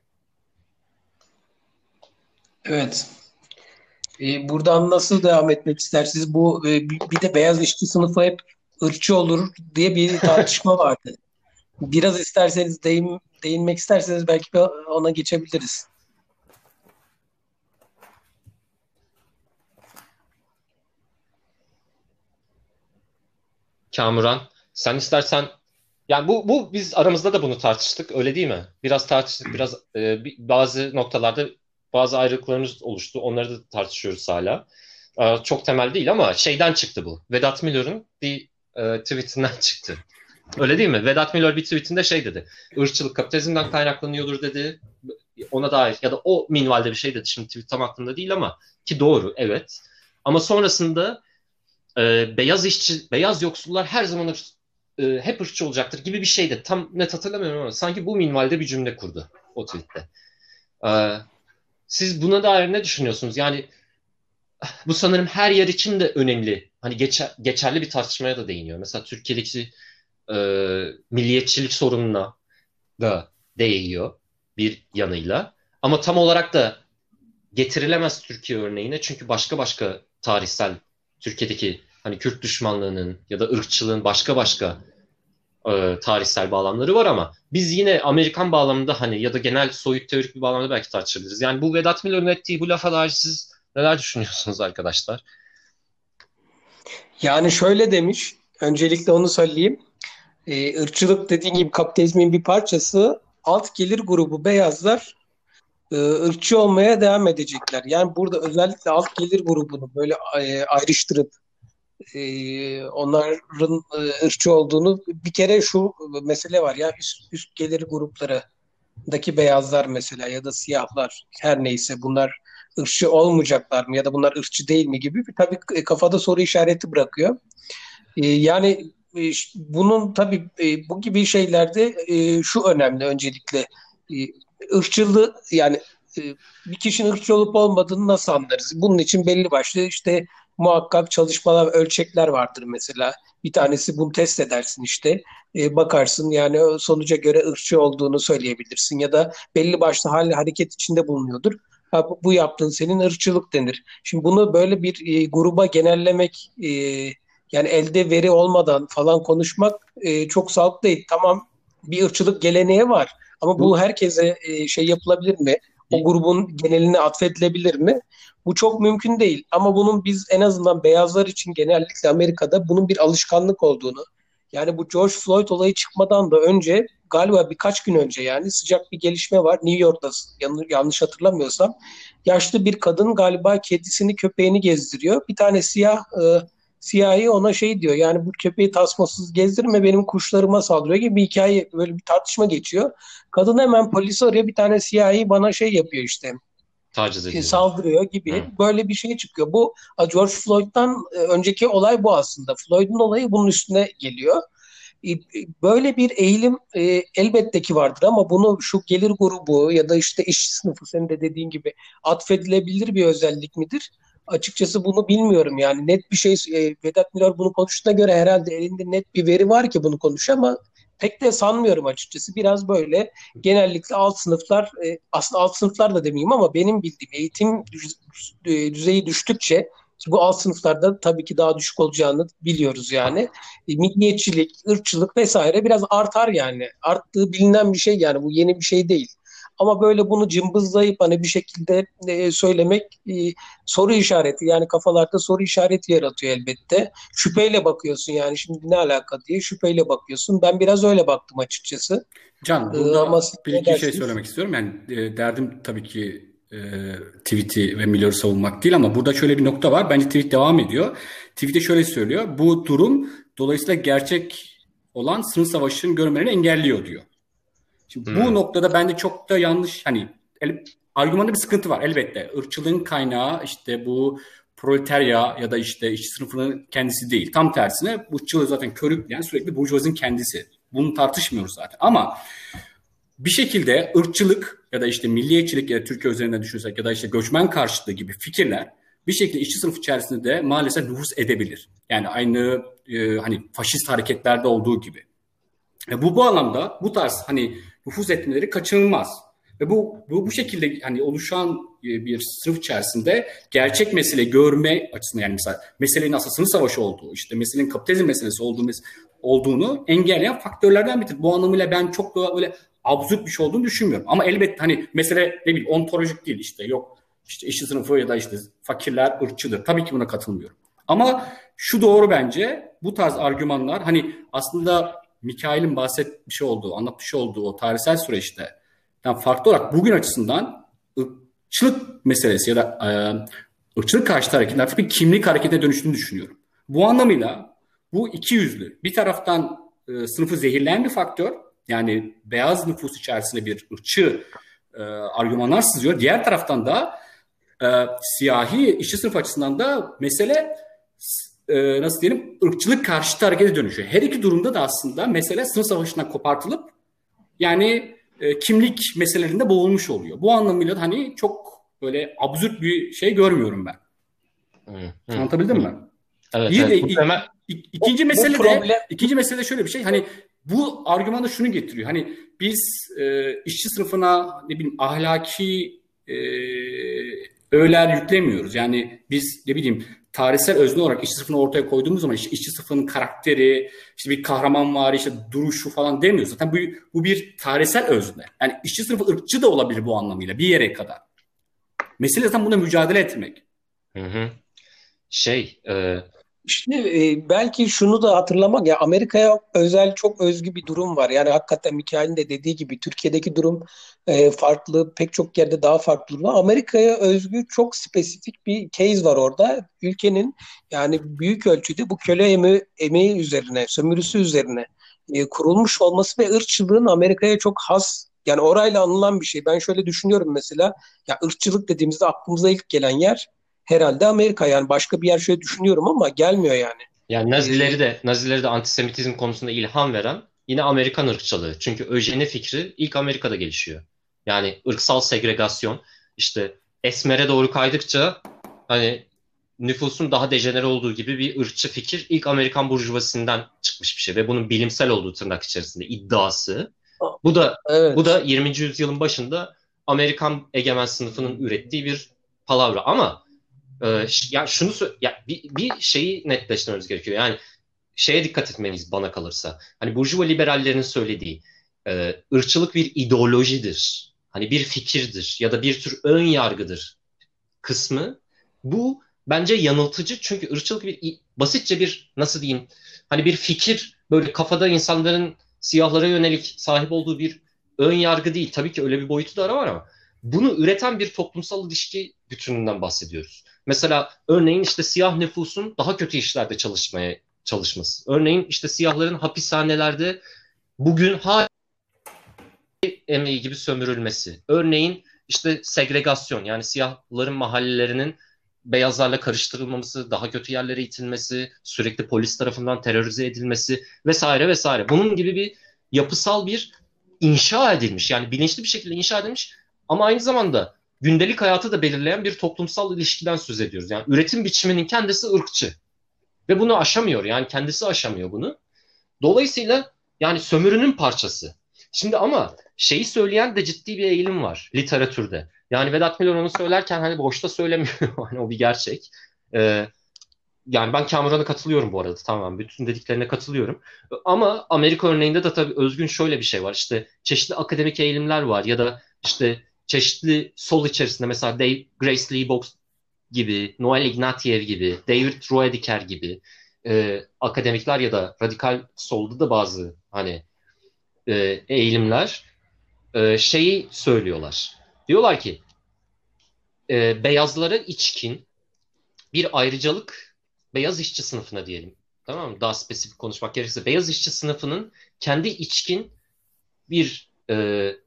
Evet. E, buradan nasıl devam etmek istersiniz? Bu e, bir bir de beyaz işçi sınıfı hep ırkçı olur diye bir tartışma vardı. Biraz isterseniz değin, değinmek isterseniz belki bir ona geçebiliriz. Kamuran, sen istersen yani bu bu biz aramızda da bunu tartıştık, öyle değil mi? Biraz tartıştık, biraz e, bir- bazı noktalarda bazı ayrılıklarımız oluştu. Onları da tartışıyoruz hala. E, çok temel değil ama şeyden çıktı bu. Vedat Milor'un bir e, tweetinden çıktı. Öyle değil mi? Vedat Milor bir tweetinde şey dedi. Irkçılık kapitalizmden kaynaklanıyordur dedi. Ona dair ya da o minvalde bir şey dedi. Şimdi tweet tam aklımda değil ama ki doğru, evet. Ama sonrasında e, beyaz işçi, beyaz yoksullar her zaman ırk, e, hep ırkçı olacaktır gibi bir şeydi. Tam net hatırlamıyorum ama sanki bu minvalde bir cümle kurdu o tweette. E, siz buna dair ne düşünüyorsunuz? Yani bu sanırım her yer için de önemli. Hani geçer, geçerli bir tartışmaya da değiniyor. Mesela Türkiye'deki e, milliyetçilik sorununa da değiyor bir yanıyla. Ama tam olarak da getirilemez Türkiye örneğine, çünkü başka başka tarihsel Türkiye'deki hani Kürt düşmanlığının ya da ırkçılığın başka başka e, tarihsel bağlamları var ama biz yine Amerikan bağlamında hani ya da genel soyut teorik bir bağlamda belki tartışabiliriz. Yani bu Vedat Milor'un ettiği bu lafa dair siz neler düşünüyorsunuz arkadaşlar? Yani şöyle demiş, öncelikle onu söyleyeyim. E, ırkçılık dediğin gibi kapitalizmin bir parçası. Alt gelir grubu beyazlar e, ırkçı olmaya devam edecekler. Yani burada özellikle alt gelir grubunu böyle e, ayrıştırıp e, onların e, ırkçı olduğunu bir kere şu mesele var ya üst, üst gelir gruplarındaki beyazlar mesela ya da siyahlar her neyse bunlar ırkçı olmayacaklar mı ya da bunlar ırkçı değil mi gibi bir tabii e, kafada soru işareti bırakıyor. E, yani e, bunun tabii e, bu gibi şeylerde e, şu önemli öncelikle e, ırkçılığı yani e, bir kişinin ırkçı olup olmadığını nasıl anlarız? Bunun için belli başlı işte muhakkak çalışmalar, ölçekler vardır mesela. Bir tanesi bunu test edersin işte. E, bakarsın yani sonuca göre ırkçı olduğunu söyleyebilirsin ya da belli başlı hal hareket içinde bulunuyordur. Ha, bu, bu yaptığın senin ırkçılık denir. Şimdi bunu böyle bir e, gruba genellemek, e, yani elde veri olmadan falan konuşmak e, çok sağlıklı değil. Tamam, bir ırkçılık geleneği var ama bu Bu herkese e, şey yapılabilir mi? O grubun geneline atfedilebilir mi? Bu çok mümkün değil. Ama bunun biz en azından beyazlar için genellikle Amerika'da bunun bir alışkanlık olduğunu, yani bu George Floyd olayı çıkmadan da önce, galiba birkaç gün önce, yani sıcak bir gelişme var. New York'ta, yan- yanlış hatırlamıyorsam, yaşlı bir kadın galiba kedisini köpeğini gezdiriyor. Bir tane siyah e, siyahi ona şey diyor, yani bu köpeği tasmasız gezdirme, benim kuşlarıma saldırıyor gibi bir hikaye, böyle bir tartışma geçiyor. Kadın hemen polisi arıyor, bir tane siyahi bana şey yapıyor işte, Taciz e, ediyorlar. saldırıyor gibi Hı. böyle bir şey çıkıyor. Bu George Floyd'dan e, önceki olay bu aslında. Floyd'un olayı bunun üstüne geliyor. E, e, Böyle bir eğilim e, elbette ki vardır ama bunu şu gelir grubu ya da işte işçi sınıfı, senin de dediğin gibi, atfedilebilir bir özellik midir? Açıkçası bunu bilmiyorum yani. Net bir şey, e, Vedat Milor bunu konuştuğuna göre herhalde elinde net bir veri var ki bunu konuşuyor ama pek de sanmıyorum açıkçası. Biraz böyle genellikle alt sınıflar, e, aslında alt sınıflar da demeyeyim ama benim bildiğim eğitim düz- e, düzeyi düştükçe, ki bu alt sınıflarda tabii ki daha düşük olacağını biliyoruz yani. E, milliyetçilik, ırkçılık vesaire biraz artar yani. Arttığı bilinen bir şey, yani bu yeni bir şey değil. Ama böyle bunu cımbızlayıp hani bir şekilde e, söylemek e, soru işareti, yani kafalarda soru işareti yaratıyor elbette. Şüpheyle bakıyorsun, yani şimdi ne alaka diye şüpheyle bakıyorsun. Ben biraz öyle baktım açıkçası. Can, Ee, ama burada siz bir ne iki şey dersiniz? söylemek istiyorum. Yani e, derdim tabii ki e, tweet'i ve Miller'ı savunmak değil ama burada şöyle bir nokta var. Bence tweet devam ediyor. Tweet'te şöyle söylüyor. Bu durum dolayısıyla gerçek olan sınıf savaşının görmelerini engelliyor diyor. Şimdi bu Hı. noktada bence çok da yanlış, hani el, argümanda bir sıkıntı var elbette. Irkçılığın kaynağı işte bu proletarya ya da işte işçi sınıfının kendisi değil. Tam tersine bu ırkçılığı zaten körükleyen sürekli burjuvazinin kendisi. Bunu tartışmıyoruz zaten. Ama bir şekilde ırkçılık ya da işte milliyetçilik ya da Türkiye üzerinden düşünürsek ya da işte göçmen karşıtlığı gibi fikirler bir şekilde işçi sınıf içerisinde de maalesef nüfuz edebilir. Yani aynı e, hani faşist hareketlerde olduğu gibi. E bu bu anlamda bu tarz hani nüfuz etmeleri kaçınılmaz. Ve bu bu bu şekilde hani oluşan e, bir sınıf içerisinde gerçek mesele görme açısından, yani mesela meselenin aslında sınıf savaşı olduğu, işte meselenin kapitalizm meselesi olduğu, olduğunu engelleyen faktörlerden biridir. Bu anlamıyla ben çok da böyle absürt bir şey olduğunu düşünmüyorum. Ama elbette hani mesele ne bileyim ontolojik değil, işte yok işte işçi sınıfı ya da işte fakirler ırkçıdır. Tabii ki buna katılmıyorum. Ama şu doğru bence, bu tarz argümanlar hani aslında Mikail'in bahsetmiş olduğu, anlatmış olduğu o tarihsel süreçte yani farklı olarak bugün açısından ırkçılık meselesi ya da e, ırkçılık karşıtı hareketler bir kimlik hareketine dönüştüğünü düşünüyorum. Bu anlamıyla bu iki yüzlü. Bir taraftan e, sınıfı zehirleyen bir faktör, yani beyaz nüfus içerisinde bir ırkçı e, argümanlar sızıyor. Diğer taraftan da e, siyahi işçi sınıf açısından da mesele e, nasıl diyelim ırkçılık karşıtı harekete dönüşüyor. Her iki durumda da aslında mesele sınıf savaşından kopartılıp yani e, kimlik meselelerinde boğulmuş oluyor. Bu anlamıyla hani çok böyle absürt bir şey görmüyorum ben. Hı. Hı. Anlatabildim Hı. mi? Evet, Bir de evet. Bu ik, temel... ik, Bu, ikinci bu mesele de problem ikinci mesele de şöyle bir şey. Hani bu argüman da şunu getiriyor. Hani biz e, işçi sınıfına ne bileyim ahlaki e, öğeler yüklemiyoruz. Yani biz ne bileyim tarihsel özne olarak işçi sınıfını ortaya koyduğumuz zaman işte işçi sınıfının karakteri, işte bir kahraman var, işte duruşu falan demiyoruz. Zaten bu, bu bir tarihsel özne. Yani işçi sınıfı ırkçı da olabilir bu anlamıyla bir yere kadar. Mesele zaten buna mücadele etmek. Hı hı. Şey, e, işte e, belki şunu da hatırlamak, ya Amerika'ya özel çok özgü bir durum var. Yani hakikaten Mikail'in de dediği gibi Türkiye'deki durum e, farklı, pek çok yerde daha farklı durum var. Amerika'ya özgü çok spesifik bir case var orada. Ülkenin yani büyük ölçüde bu köle eme emeği üzerine, sömürüsü üzerine e, kurulmuş olması ve ırkçılığın Amerika'ya çok has, yani orayla anılan bir şey. Ben şöyle düşünüyorum mesela, ya ırkçılık dediğimizde aklımıza ilk gelen yer herhalde Amerika, yani başka bir yer şöyle düşünüyorum ama gelmiyor yani. yani Ee, Nazileri de Nazileri de antisemitizm konusunda ilham veren yine Amerikan ırkçılığı. Çünkü öjeni fikri ilk Amerika'da gelişiyor. Yani ırksal segregasyon, işte esmere doğru kaydıkça hani nüfusun daha dejenere olduğu gibi bir ırkçı fikir ilk Amerikan burjuvasisinden çıkmış bir şey ve bunun bilimsel olduğu tırnak içerisinde iddiası. Bu da bu evet. da yirminci yüzyılın başında Amerikan egemen sınıfının ürettiği bir palavra. Ama e, ya şunu ya bir, bir şeyi netleştirmemiz gerekiyor. Yani şeye dikkat etmeliyiz bana kalırsa. Hani Burjuva liberallerin söylediği e, ırkçılık bir ideolojidir. Hani bir fikirdir ya da bir tür ön yargıdır kısmı. Bu bence yanıltıcı, çünkü ırkçılık bir basitçe bir, nasıl diyeyim, hani bir fikir, böyle kafada insanların siyahlara yönelik sahip olduğu bir ön yargı değil. Tabii ki öyle bir boyutu da var ama bunu üreten bir toplumsal ilişki bütününden bahsediyoruz. Mesela örneğin işte siyah nüfusun daha kötü işlerde çalışmaya çalışması. Örneğin işte siyahların hapishanelerde bugün hala emeği gibi sömürülmesi. Örneğin işte segregasyon, yani siyahların mahallelerinin beyazlarla karıştırılmaması, daha kötü yerlere itilmesi, sürekli polis tarafından terörize edilmesi vesaire vesaire. Bunun gibi bir yapısal bir inşa edilmiş, yani bilinçli bir şekilde inşa edilmiş ama aynı zamanda gündelik hayatı da belirleyen bir toplumsal ilişkiden söz ediyoruz. Yani üretim biçiminin kendisi ırkçı ve bunu aşamıyor, yani kendisi aşamıyor bunu. Dolayısıyla yani sömürünün parçası. Şimdi ama şeyi söyleyen de ciddi bir eğilim var literatürde. Yani Vedat Milor onu söylerken hani boşta söylemiyor. Hani o bir gerçek. Ee, yani ben Kamuran'a katılıyorum bu arada. Tamam, bütün dediklerine katılıyorum. Ama Amerika örneğinde de tabii özgün şöyle bir şey var. İşte çeşitli akademik eğilimler var ya da işte çeşitli sol içerisinde mesela Dave, Grace Lee Boggs gibi, Noel Ignatiev gibi, David Roediker gibi e, akademikler ya da radikal solda da bazı hani e, eğilimler e, şeyi söylüyorlar. Diyorlar ki e, beyazlara içkin bir ayrıcalık, beyaz işçi sınıfına diyelim. Tamam mı? Daha spesifik konuşmak gerekirse beyaz işçi sınıfının kendi içkin bir e,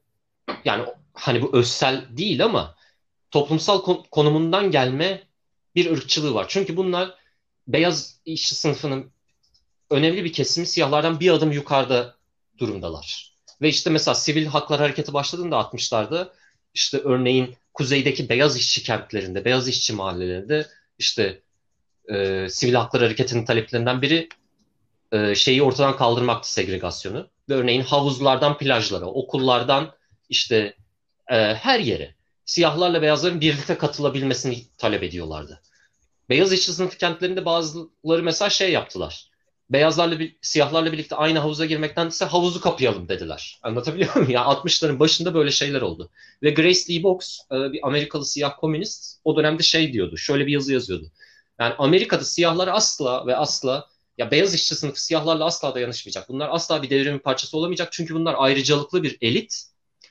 yani hani bu özsel değil ama toplumsal konumundan gelme bir ırkçılığı var. Çünkü bunlar beyaz işçi sınıfının önemli bir kesimi siyahlardan bir adım yukarıda durumdalar. Ve işte mesela sivil haklar hareketi başladığında altmışlarda işte örneğin kuzeydeki beyaz işçi kentlerinde, beyaz işçi mahallelerinde işte e, sivil haklar hareketinin taleplerinden biri e, şeyi ortadan kaldırmaktı, segregasyonu. Ve örneğin havuzlardan plajlara, okullardan işte e, her yere siyahlarla beyazların birlikte katılabilmesini talep ediyorlardı. Beyaz işçi sınıfı kentlerinde bazıları mesela şey yaptılar. Beyazlarla, siyahlarla birlikte aynı havuza girmektense havuzu kapayalım dediler. Anlatabiliyor muyum? Ya altmışların başında böyle şeyler oldu. Ve Grace Lee Boggs, bir Amerikalı siyah komünist, o dönemde şey diyordu. Şöyle bir yazı yazıyordu. Yani Amerika'da siyahlar asla ve asla, ya beyaz işçi sınıfı siyahlarla asla dayanışmayacak. Bunlar asla bir devrimin parçası olamayacak. Çünkü bunlar ayrıcalıklı bir elit.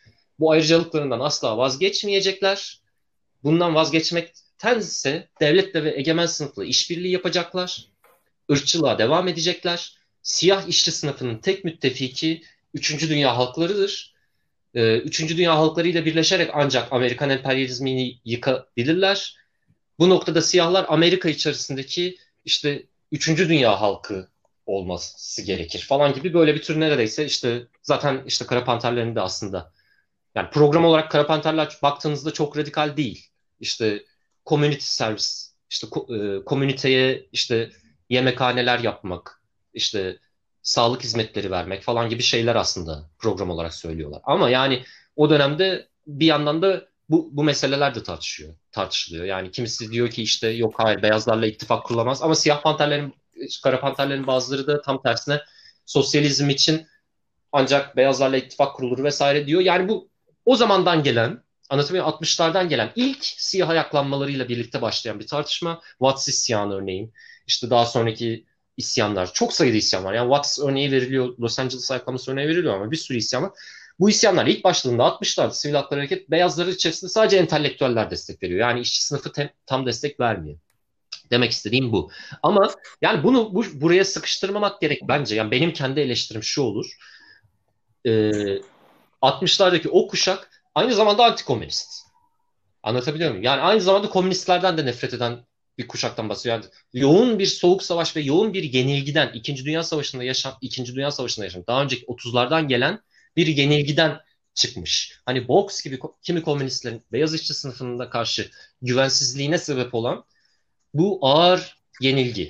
Bu ayrıcalıklarından asla vazgeçmeyecekler. Bundan vazgeçmektense devletle ve egemen sınıfla işbirliği yapacaklar. Irkçılığa devam edecekler. Siyah işçi sınıfının tek müttefiki Üçüncü Dünya halklarıdır. Ee, Üçüncü Dünya halklarıyla birleşerek ancak Amerikan emperyalizmini yıkabilirler. Bu noktada siyahlar Amerika içerisindeki işte Üçüncü Dünya halkı olması gerekir falan gibi böyle bir tür, neredeyse işte zaten işte Kara Panterlerin de aslında, yani program olarak Kara Panterler baktığınızda çok radikal değil. İşte community service, işte e, komüniteye işte yemekhaneler yapmak, işte sağlık hizmetleri vermek falan gibi şeyler aslında program olarak söylüyorlar. Ama yani o dönemde bir yandan da bu, bu meseleler de tartışıyor, tartışılıyor. Yani kimisi diyor ki işte yok hayır beyazlarla ittifak kurulamaz ama siyah panterlerin, Kara Panterlerin bazıları da tam tersine sosyalizm için ancak beyazlarla ittifak kurulur vesaire diyor. Yani bu o zamandan gelen, anlatabiliyor muyum? altmışlardan gelen ilk siyah ayaklanmalarıyla birlikte başlayan bir tartışma. Watts isyanı örneğin. İşte daha sonraki isyanlar. Çok sayıda isyan var. Yani Watts örneği veriliyor, Los Angeles ayaklanması örneği veriliyor ama bir sürü isyan var. Bu isyanlar ilk başladığında altmışlarda sivil haklar hareket beyazları içerisinde sadece entelektüeller destek veriyor. Yani işçi sınıfı te- tam destek vermiyor. Demek istediğim bu. Ama yani bunu bu, buraya sıkıştırmamak gerek bence. Yani benim kendi eleştirim şu olur. Ee, altmışlardaki o kuşak aynı zamanda antikomünist. Anlatabiliyor muyum? Yani aynı zamanda komünistlerden de nefret eden bir kuşaktan bahsediyor. Yani yoğun bir soğuk savaş ve yoğun bir yenilgiden, İkinci Dünya Savaşı'nda yaşam, İkinci Dünya Savaşı'nda yaşam, daha önceki otuzlardan gelen bir yenilgiden çıkmış. Hani Boggs gibi kimi komünistlerin beyaz işçi sınıfının da karşı güvensizliğine sebep olan bu ağır yenilgi.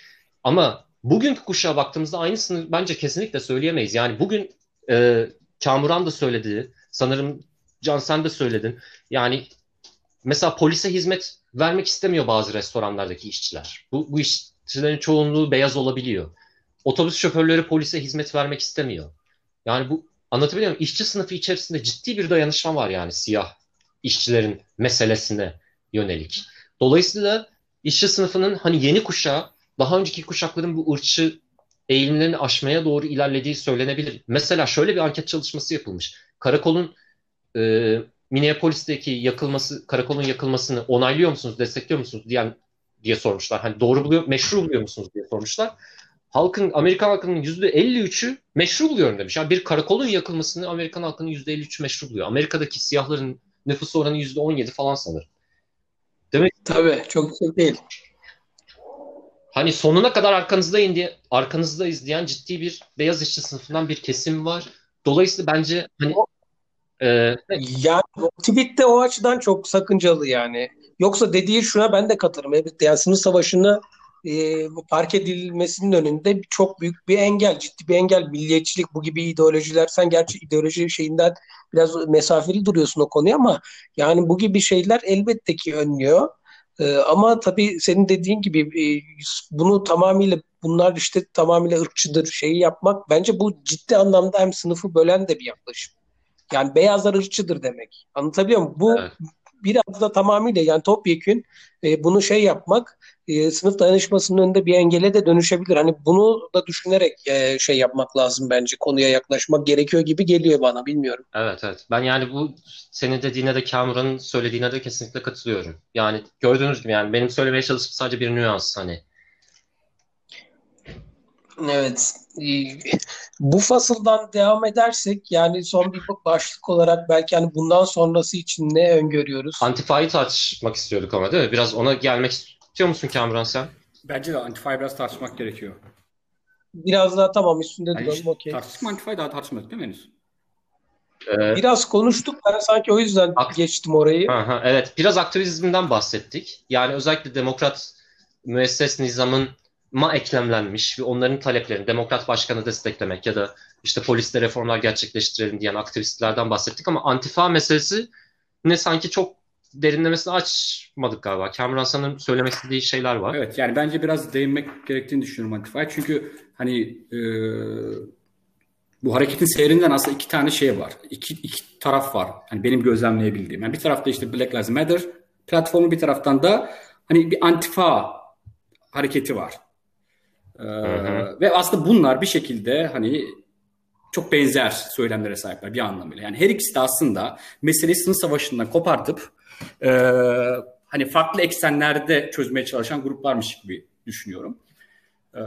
Ama bugünkü kuşağa baktığımızda aynısını bence kesinlikle söyleyemeyiz. Yani bugün e, Kamuran da söylediği, sanırım Can sen de söyledin. Yani mesela polise hizmet vermek istemiyor bazı restoranlardaki işçiler. Bu, bu işçilerin çoğunluğu beyaz olabiliyor. Otobüs şoförleri polise hizmet vermek istemiyor. Yani bu, anlatabiliyor muyum? İşçi sınıfı içerisinde ciddi bir dayanışma var yani siyah işçilerin meselesine yönelik. Dolayısıyla işçi sınıfının hani yeni kuşağı daha önceki kuşakların bu ırkçı eğilimlerini aşmaya doğru ilerlediği söylenebilir. Mesela şöyle bir anket çalışması yapılmış. Karakolun e, Minneapolis'teki yakılması, karakolun yakılmasını onaylıyor musunuz, destekliyor musunuz diyen diye sormuşlar. Hani doğru buluyor, meşru buluyor musunuz diye sormuşlar. Halkın, Amerikan halkının yüzde elli üçü meşru buluyorum demiş. Yani bir karakolun yakılmasını Amerikan halkının yüzde elli üçü meşru buluyor. Amerika'daki siyahların nüfus oranı yüzde on yedi falan sanırım. Demek Tabii çok yüksek değil. hani sonuna kadar arkanızdayım diye, arkanızdayız diyen ciddi bir beyaz işçi sınıfından bir kesim var. Dolayısıyla bence hani e, Yani o tweet de o açıdan çok sakıncalı yani. Yoksa dediği şuna ben de katılırım. Evet, yani sınıf savaşını e, fark edilmesinin önünde çok büyük bir engel, ciddi bir engel. Milliyetçilik, bu gibi ideolojiler. Sen gerçi ideoloji şeyinden biraz mesafeli duruyorsun o konuya ama yani bu gibi şeyler elbette ki önlüyor. E, ama tabii senin dediğin gibi e, bunu tamamıyla bunlar işte tamamıyla ırkçıdır şeyi yapmak bence bu ciddi anlamda hem sınıfı bölen de bir yaklaşım. Yani beyazlar ırkçıdır demek. Anlatabiliyor muyum? Bu evet. biraz da tamamıyla yani topyekün e, bunu şey yapmak e, sınıf dayanışmasının önünde bir engele de dönüşebilir. Hani bunu da düşünerek e, şey yapmak lazım bence. Konuya yaklaşmak gerekiyor gibi geliyor bana. Bilmiyorum. Evet, evet. Ben yani bu senin dediğine de Kamuran'ın söylediğine de kesinlikle katılıyorum. Yani gördüğünüz gibi yani benim söylemeye çalıştığım sadece bir nüans hani. Evet. Ee, Bu fasıldan devam edersek yani son bir başlık olarak belki hani bundan sonrası için ne öngörüyoruz? Antifa'yı tartışmak istiyorduk ama değil mi? Biraz ona gelmek istiyor musun Kamuran sen? Bence de Antifa'yı biraz tartışmak gerekiyor. Biraz daha tamam üstünde Yani hiç duralım okey. tartıştık mı Antifa'yı, daha tartışmadık değil mi henüz? Ee, Biraz konuştuk ben sanki o yüzden ak- geçtim orayı. Aha, evet, biraz aktivizmden bahsettik. Yani özellikle demokrat müesses nizamın ma eklemlenmiş ve onların taleplerini demokrat başkanı desteklemek ya da işte poliste reformlar gerçekleştirelim diyen aktivistlerden bahsettik ama antifa meselesi ne sanki çok derinlemesine açmadık galiba. Cameron sanırım söylemek istediği şeyler var. Evet, yani bence biraz değinmek gerektiğini düşünüyorum Antifa'ya. Çünkü hani e, bu hareketin seyrinden aslında iki tane şey var. İki, iki taraf var. Hani benim gözlemleyebildiğim. Yani bir tarafta işte Black Lives Matter platformu, bir taraftan da hani bir Antifa hareketi var. Ee, Hı hı. ve aslında bunlar bir şekilde hani çok benzer söylemlere sahipler bir anlamıyla. Yani her ikisi de aslında meseleyi sınıf savaşından kopartıp e, hani farklı eksenlerde çözmeye çalışan gruplarmış gibi düşünüyorum. Ee,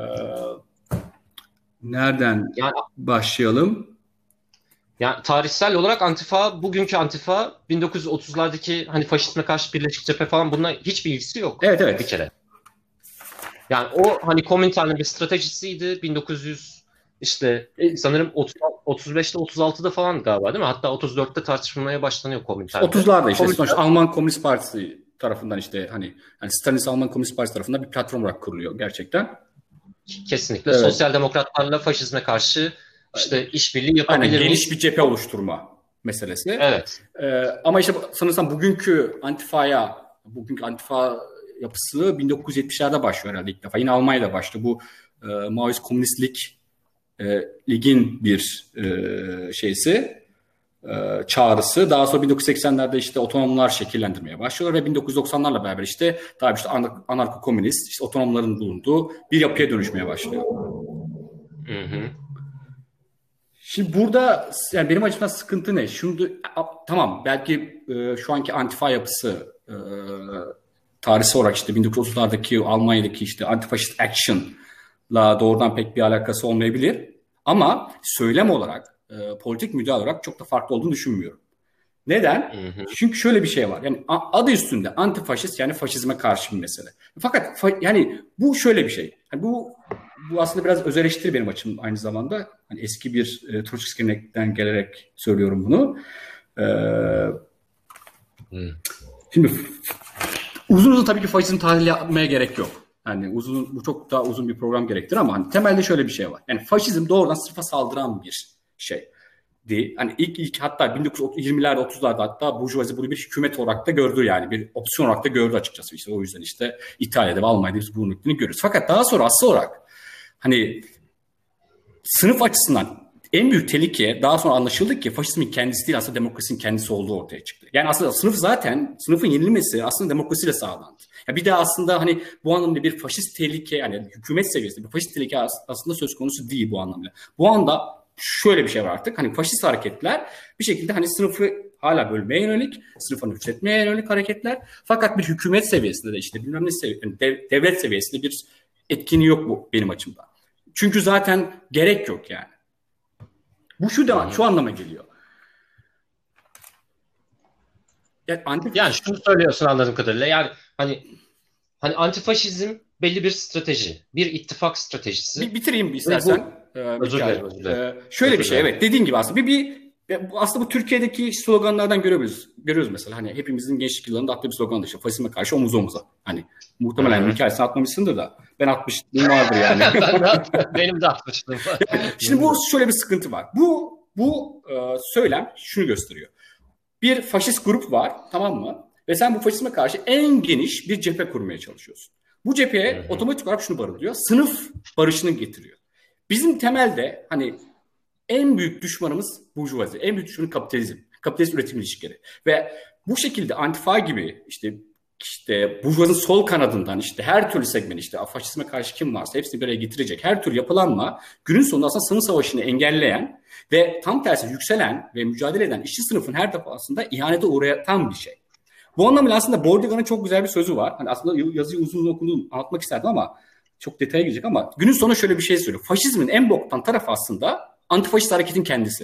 nereden Yani, başlayalım? yani tarihsel olarak Antifa, bugünkü Antifa bin dokuz yüz otuzlardaki hani faşizme karşı Birleşik Cephe falan bununla hiçbir ilgisi yok. Evet, evet. Bir kere. Yani o hani Komintern'in bir stratejisiydi. bin dokuz yüz işte sanırım otuz, otuz beşte otuz altıda falan galiba değil mi? Hatta otuz dörtte tartışılmaya başlanıyor Komintern'de. otuzlarda işte Komintern... sonuçta Alman Komünist Partisi tarafından işte hani yani Stalinist Alman Komünist Partisi tarafından bir platform olarak kuruluyor gerçekten. Kesinlikle. Evet. Sosyal demokratlarla faşizme karşı işte işbirliği yapabilir Aynen, miyiz? geniş bir cephe oluşturma meselesi. Evet. Ee, ama işte sanırsam bugünkü Antifa'ya, bugünkü Antifa yapısı bin dokuz yüz yetmişlerde başlıyor herhalde ilk defa. Yine Almanya'da başladı. Bu e, Maoist Komünist Lig, e, Lig'in bir e, şeysi, e, çağrısı. Daha sonra bin dokuz yüz seksenlerde işte otonomlar şekillendirmeye başlıyorlar ve bin dokuz yüz doksanlarla beraber işte daha işte anarko-komünist, işte otonomların bulunduğu bir yapıya dönüşmeye başlıyor. Hı hı. Şimdi burada yani benim açımdan sıkıntı ne? Şimdi tamam, belki e, şu anki Antifa yapısı e, tarihsel olarak işte bin dokuz yüz otuzlardaki Almanya'daki işte Antifaşist Action'la doğrudan pek bir alakası olmayabilir. Ama söylem olarak, e, politik müdahale olarak çok da farklı olduğunu düşünmüyorum. Neden? Hı hı. Çünkü şöyle bir şey var. Yani adı üstünde antifaşist, yani faşizme karşı bir mesele. Fakat fa- yani bu şöyle bir şey. Yani bu bu aslında biraz öz eleştiri benim açım aynı zamanda. Hani eski bir e, Troçki gelenekten gelerek söylüyorum bunu. Ee, hmm. Şimdi uzun uzun tabii ki faşizm tahlili yapmaya gerek yok. Yani uzun, bu çok daha uzun bir program gerektirir ama hani temelde şöyle bir şey var. Yani faşizm doğrudan sınıfa saldıran bir şey. Hani ilk ilk hatta bin dokuz yüz yirmilerde otuzlarda hatta burjuvazi bunu bir hükümet olarak da gördü yani. Bir opsiyon olarak da gördü açıkçası. İşte o yüzden işte İtalya'da ve Almanya'da biz bunun hükmünü görüyoruz. Fakat daha sonra asıl olarak hani sınıf açısından en büyük tehlike daha sonra anlaşıldı ki faşizmin kendisi değil aslında demokrasinin kendisi olduğu ortaya çıktı. Yani aslında sınıf zaten sınıfın yenilmesi aslında demokrasiyle sağlandı. Ya bir de aslında hani bu anlamda bir faşist tehlike yani hükümet seviyesinde bir faşist tehlike aslında söz konusu değil bu anlamda. Bu anda şöyle bir şey var artık hani faşist hareketler bir şekilde hani sınıfı hala bölmeye yönelik, sınıfı nüfretmeye yönelik hareketler. Fakat bir hükümet seviyesinde de işte bilmem ne seviyesinde, dev, devlet seviyesinde bir etkinliği yok bu benim açımdan. Çünkü zaten gerek yok yani. Bu şu da şu anlama geliyor. Yani, anti- yani şunu söylüyorsun anladığım kadarıyla. Yani hani hani antifaşizm belli bir strateji, bir ittifak stratejisi. Bir bitireyim istersen. Bu, ee, özür dilerim, özür dilerim. Ee, şöyle özür bir şey dilerim. evet dediğin gibi aslında bir bir aslında bu Türkiye'deki sloganlardan görüyoruz. Görüyoruz mesela hani hepimizin gençlik yıllarında attığı bir slogan işte faşizme karşı omuz omuza. Hani muhtemelen bir hikayesini atmamışsındır da ben atmışlığım vardır yani. Benim de atmışlığım var. Şimdi bu şöyle bir sıkıntı var. Bu bu e, söylem şunu gösteriyor. Bir faşist grup var tamam mı? Ve sen bu faşizme karşı en geniş bir cephe kurmaya çalışıyorsun. Bu cepheye hı hı. otomatik olarak şunu barındırıyor. Sınıf barışını getiriyor. Bizim temelde hani en büyük düşmanımız burjuvazi. En büyük düşmanı kapitalizm. Kapitalist üretim ilişkileri. Ve bu şekilde Antifa gibi işte işte burjuvazinin sol kanadından işte her türlü segment işte faşizme karşı kim varsa hepsini bir araya getirecek her türlü yapılanma günün sonunda aslında sınıf savaşını engelleyen ve tam tersi yükselen ve mücadele eden işçi sınıfın her defasında ihanete uğratan bir şey. Bu anlamda aslında Bordiga'nın çok güzel bir sözü var. Hani aslında yazıyı uzun uzun okudum, anlatmak isterdim ama çok detaya girecek ama günün sonunda şöyle bir şey söylüyor. Faşizmin en boktan tarafı aslında antifaşist hareketin kendisi.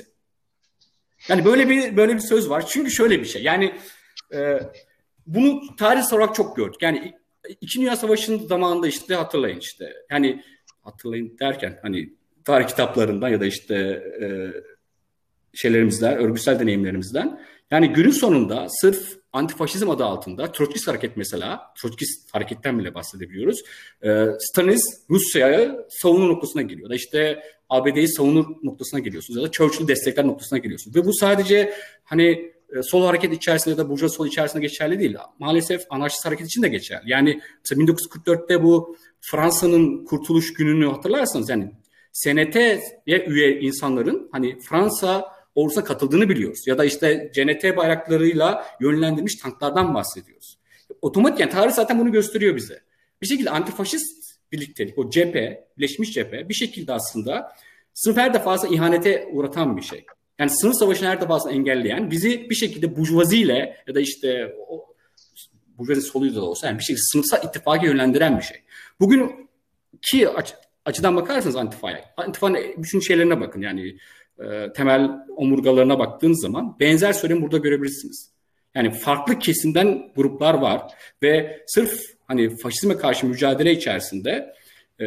Yani böyle bir böyle bir söz var. Çünkü şöyle bir şey. Yani e, bunu tarihsel olarak çok gördük. Yani İkinci Dünya Savaşı'nın zamanında işte hatırlayın işte. Yani hatırlayın derken hani tarih kitaplarından ya da işte e, şeylerimizden, örgütsel deneyimlerimizden. Yani günün sonunda sırf antifaşizm adı altında Troçkist hareket mesela, Troçkist hareketten bile bahsedebiliyoruz. E, Stalinist Rusya'yı savunur noktasına geliyor. Da işte A B D'yi savunur noktasına geliyorsunuz ya da Churchill'i destekler noktasına geliyorsunuz. Ve bu sadece hani sol hareket içerisinde ya da burjuva sol içerisinde geçerli değil. Maalesef anarşist hareket için de geçerli. Yani mesela bin dokuz yüz kırk dörtte bu Fransa'nın kurtuluş gününü hatırlarsanız yani S N T'ye üye insanların hani Fransa ordusuna katıldığını biliyoruz. Ya da işte C N T bayraklarıyla yönlendirilmiş tanklardan bahsediyoruz. Otomatik yani tarih zaten bunu gösteriyor bize. Bir şekilde antifaşist birliktelik, o cephe, birleşmiş cephe bir şekilde aslında sınıf her defasında ihanete uğratan bir şey. Yani sınıf savaşını her defasında engelleyen, bizi bir şekilde burjuvaziyle ya da işte o burjuvazi soluyla da olsa yani bir şekilde sınıfsal ittifaka yönlendiren bir şey. Bugün ki aç, açıdan bakarsanız Antifa'ya, Antifa'nın bütün şeylerine bakın yani e, temel omurgalarına baktığınız zaman benzer söylemi burada görebilirsiniz. Yani farklı kesimden gruplar var ve sırf hani faşizme karşı mücadele içerisinde e,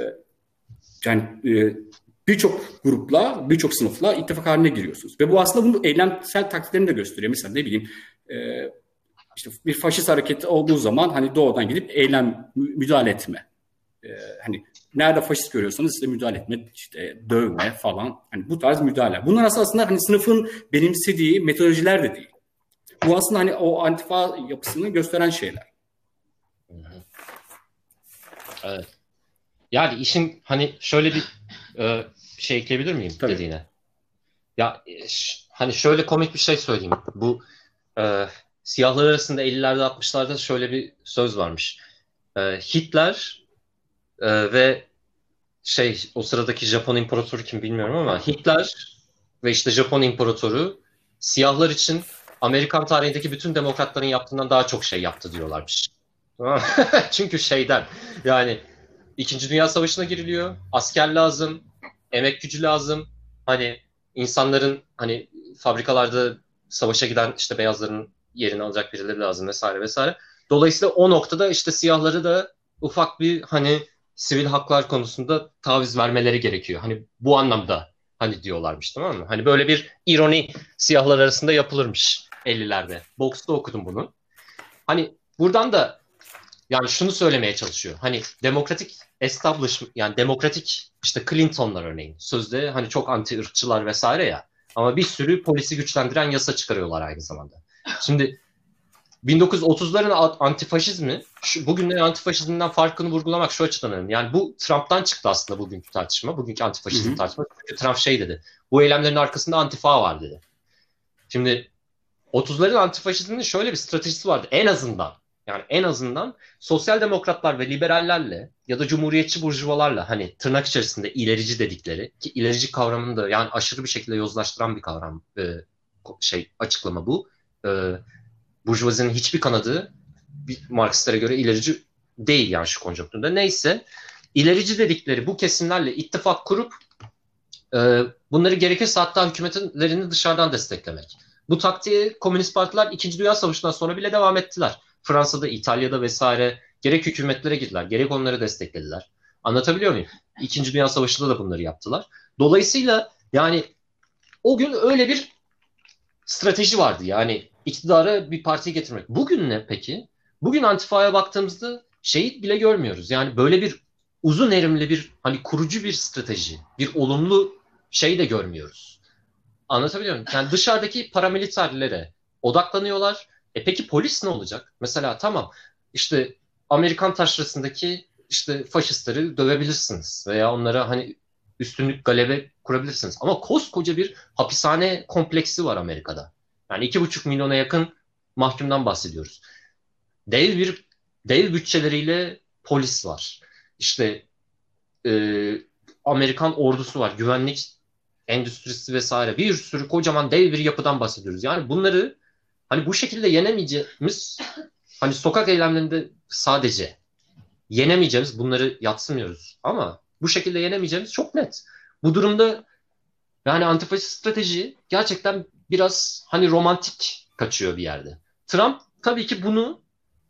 yani e, birçok grupla, birçok sınıfla ittifak haline giriyorsunuz. Ve bu aslında bunu eylemsel taktiklerini de gösteriyor. Mesela ne bileyim e, işte bir faşist hareketi olduğu zaman hani doğudan gidip eylem müdahale etme. E, hani nerede faşist görüyorsanız işte müdahale etme, işte dövme falan. Hani bu tarz müdahale. Bunlar aslında hani sınıfın benimsediği metodolojiler de değil. Bu aslında hani o antifa yapısını gösteren şeyler. Evet. Yani işin hani şöyle bir e, şey ekleyebilir miyim Tabii. dediğine? Ya ş- hani şöyle komik bir şey söyleyeyim. Bu e, siyahlar arasında ellilerde altmışlarda şöyle bir söz varmış. E, Hitler e, ve şey o sıradaki Japon imparatoru kim bilmiyorum ama Hitler ve işte Japon imparatoru siyahlar için Amerikan tarihindeki bütün demokratların yaptığından daha çok şey yaptı diyorlarmış. Çünkü şeyden yani İkinci Dünya Savaşı'na giriliyor. Asker lazım, emek gücü lazım. Hani insanların hani fabrikalarda savaşa giden işte beyazların yerini alacak birileri lazım vesaire vesaire. Dolayısıyla o noktada işte siyahları da ufak bir hani sivil haklar konusunda taviz vermeleri gerekiyor. Hani bu anlamda hani diyorlarmış, tamam mı? Hani böyle bir ironi siyahlar arasında yapılırmış ellilerde. Box'ta okudum bunu. Hani buradan da yani şunu söylemeye çalışıyor. Hani demokratik establishment yani demokratik işte Clinton'lar örneğin sözde hani çok anti ırkçılar vesaire ya. Ama bir sürü polisi güçlendiren yasa çıkarıyorlar aynı zamanda. Şimdi bin dokuz yüz otuzların antifaşizmi, şu, bugünlerin antifaşizminden farkını vurgulamak şu açıdan önemli. Yani bu Trump'tan çıktı aslında bugünkü tartışma, bugünkü antifaşizm hı hı. tartışma. Çünkü Trump şey dedi, bu eylemlerin arkasında antifa var dedi. Şimdi otuzların antifaşizminin şöyle bir stratejisi vardı en azından. Yani en azından sosyal demokratlar ve liberallerle ya da cumhuriyetçi burjuvalarla hani tırnak içerisinde ilerici dedikleri ki ilerici kavramını da yani aşırı bir şekilde yozlaştıran bir kavram e, şey açıklama bu. E, burjuvazinin hiçbir kanadı Marksistlere göre ilerici değil yani şu konjonktürde. Neyse ilerici dedikleri bu kesimlerle ittifak kurup e, bunları gerekirse hatta hükümetlerini dışarıdan desteklemek. Bu taktiği komünist partiler İkinci Dünya Savaşı'ndan sonra bile devam ettiler. Fransa'da, İtalya'da vesaire gerek hükümetlere gittiler, gerek onları desteklediler. Anlatabiliyor muyum? İkinci Dünya Savaşı'nda da bunları yaptılar. Dolayısıyla yani o gün öyle bir strateji vardı. Yani iktidara bir parti getirmek. Bugün ne peki? Bugün Antifa'ya baktığımızda şeyi bile görmüyoruz. Yani böyle bir uzun erimli bir hani kurucu bir strateji, bir olumlu şey de görmüyoruz. Anlatabiliyor muyum? Yani dışarıdaki paramiliterlere odaklanıyorlar. E peki polis ne olacak? Mesela tamam işte Amerikan taşrasındaki işte faşistleri dövebilirsiniz veya onlara hani üstünlük galebe kurabilirsiniz. Ama koskoca bir hapishane kompleksi var Amerika'da. Yani iki buçuk milyona yakın mahkumdan bahsediyoruz. Dev bir dev bütçeleriyle polis var. İşte e, Amerikan ordusu var. Güvenlik endüstrisi vesaire. Bir sürü kocaman dev bir yapıdan bahsediyoruz. Yani bunları hani bu şekilde yenemeyeceğimiz hani sokak eylemlerinde sadece yenemeyeceğimiz bunları yadsımıyoruz. Ama bu şekilde yenemeyeceğimiz çok net. Bu durumda yani antifaşist strateji gerçekten biraz hani romantik kaçıyor bir yerde. Trump tabii ki bunu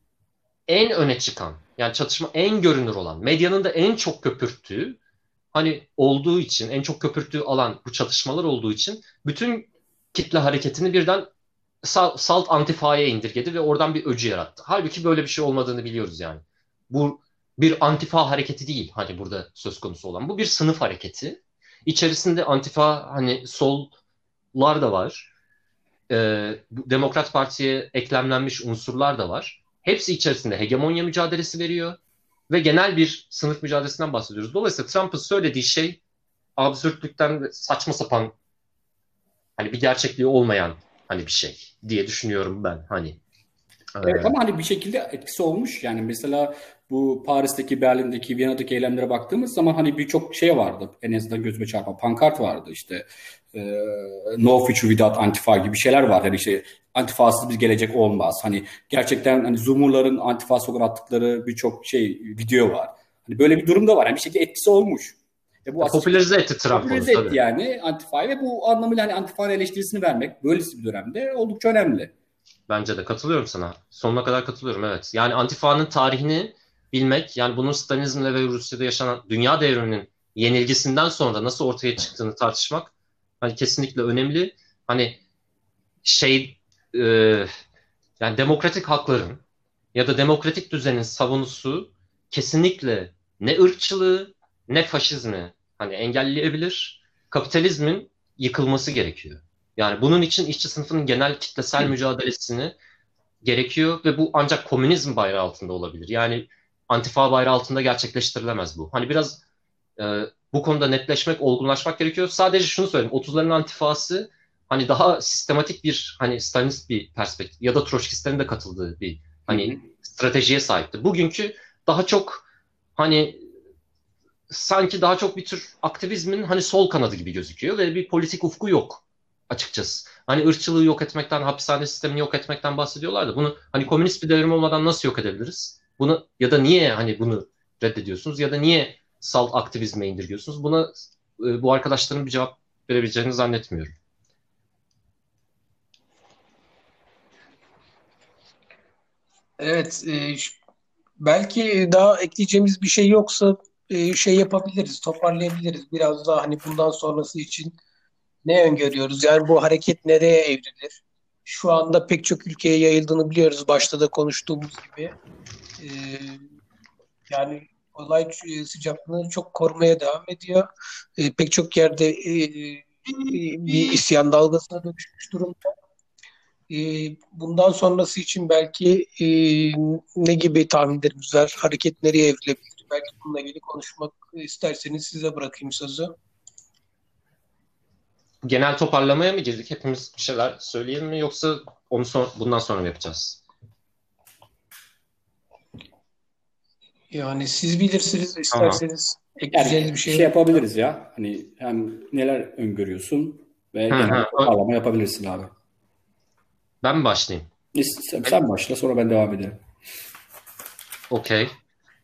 en öne çıkan yani çatışma en görünür olan medyanın da en çok köpürttüğü hani olduğu için en çok köpürttüğü alan bu çatışmalar olduğu için bütün kitle hareketini birden salt antifaya indirgedi ve oradan bir öcü yarattı. Halbuki böyle bir şey olmadığını biliyoruz yani. Bu bir antifa hareketi değil hani burada söz konusu olan. Bu bir sınıf hareketi. İçerisinde antifa hani sollar da var. Ee, Demokrat Parti'ye eklemlenmiş unsurlar da var. Hepsi içerisinde hegemonya mücadelesi veriyor. Ve genel bir sınıf mücadelesinden bahsediyoruz. Dolayısıyla Trump'ın söylediği şey absürtlükten ve saçma sapan hani bir gerçekliği olmayan hani bir şey diye düşünüyorum ben hani. Evet ama hani bir şekilde etkisi olmuş. Yani mesela bu Paris'teki, Berlin'deki, Viyana'daki eylemlere baktığımız zaman hani birçok şey vardı. En azından gözüme çarpan pankart vardı işte. E, No Future Without Antifa gibi şeyler var. Hani işte antifasız bir gelecek olmaz. Hani gerçekten hani Zoom'ların antifa slogan attıkları birçok şey video var. Hani böyle bir durum da var. Yani bir şekilde etkisi olmuş. E bu popülerize etti Trump popülerize etti yani antifayı ve bu anlamıyla hani antifanın eleştirisini vermek böylesi bir dönemde oldukça önemli. Bence de katılıyorum sana. Sonuna kadar katılıyorum evet. Yani antifanın tarihini bilmek, yani bunun Stalinizmle ve Rusya'da yaşanan dünya devriminin yenilgisinden sonra nasıl ortaya çıktığını tartışmak hani kesinlikle önemli. Hani şey e, yani demokratik hakların ya da demokratik düzenin savunusu kesinlikle ne ırkçılığı ne faşizmi hani engelleyebilir. Kapitalizmin yıkılması gerekiyor. Yani bunun için işçi sınıfının genel kitlesel mücadelesini gerekiyor ve bu ancak komünizm bayrağı altında olabilir. Yani antifa bayrağı altında gerçekleştirilemez bu. Hani biraz e, bu konuda netleşmek, olgunlaşmak gerekiyor. Sadece şunu söyleyeyim. otuzların antifası hani daha sistematik bir hani Stalinist bir perspektif ya da Troçkistlerin de katıldığı bir hani hı hı. stratejiye sahipti. Bugünkü daha çok hani sanki daha çok bir tür aktivizmin hani sol kanadı gibi gözüküyor ve bir politik ufku yok açıkçası. Hani ırkçılığı yok etmekten, hapishane sistemini yok etmekten bahsediyorlar da bunu hani komünist bir devrim olmadan nasıl yok edebiliriz? Bunu ya da niye hani bunu reddediyorsunuz ya da niye salt aktivizme indirgiyorsunuz? Buna e, bu arkadaşların bir cevap verebileceğini zannetmiyorum. Evet, e, belki daha ekleyeceğimiz bir şey yoksa e, şey yapabiliriz, toparlayabiliriz. Biraz daha hani bundan sonrası için ne öngörüyoruz? Yani bu hareket nereye evrilir? Şu anda pek çok ülkeye yayıldığını biliyoruz. Başta da konuştuğumuz gibi. E, yani olay e, sıcaklığını çok korumaya devam ediyor. E, pek çok yerde e, bir isyan dalgasına dönüşmüş durumda. Bundan sonrası için belki ne gibi tahminlerimiz var? Hareket nereye evrilebilir? Belki bununla ilgili konuşmak isterseniz size bırakayım sözü. Genel toparlamaya mı girdik? Hepimiz bir şeyler söyleyelim mi? Yoksa onu son, bundan sonra mı yapacağız? Yani siz bilirsiniz, isterseniz ekleyeceğiniz yani bir şey, şey yapabiliriz ya. Hani hem neler öngörüyorsun ve ha, genel ha, toparlama yapabilirsin abi. Ben mi başlayayım? Sen, sen başla, sonra ben devam ederim. Okey. Ee,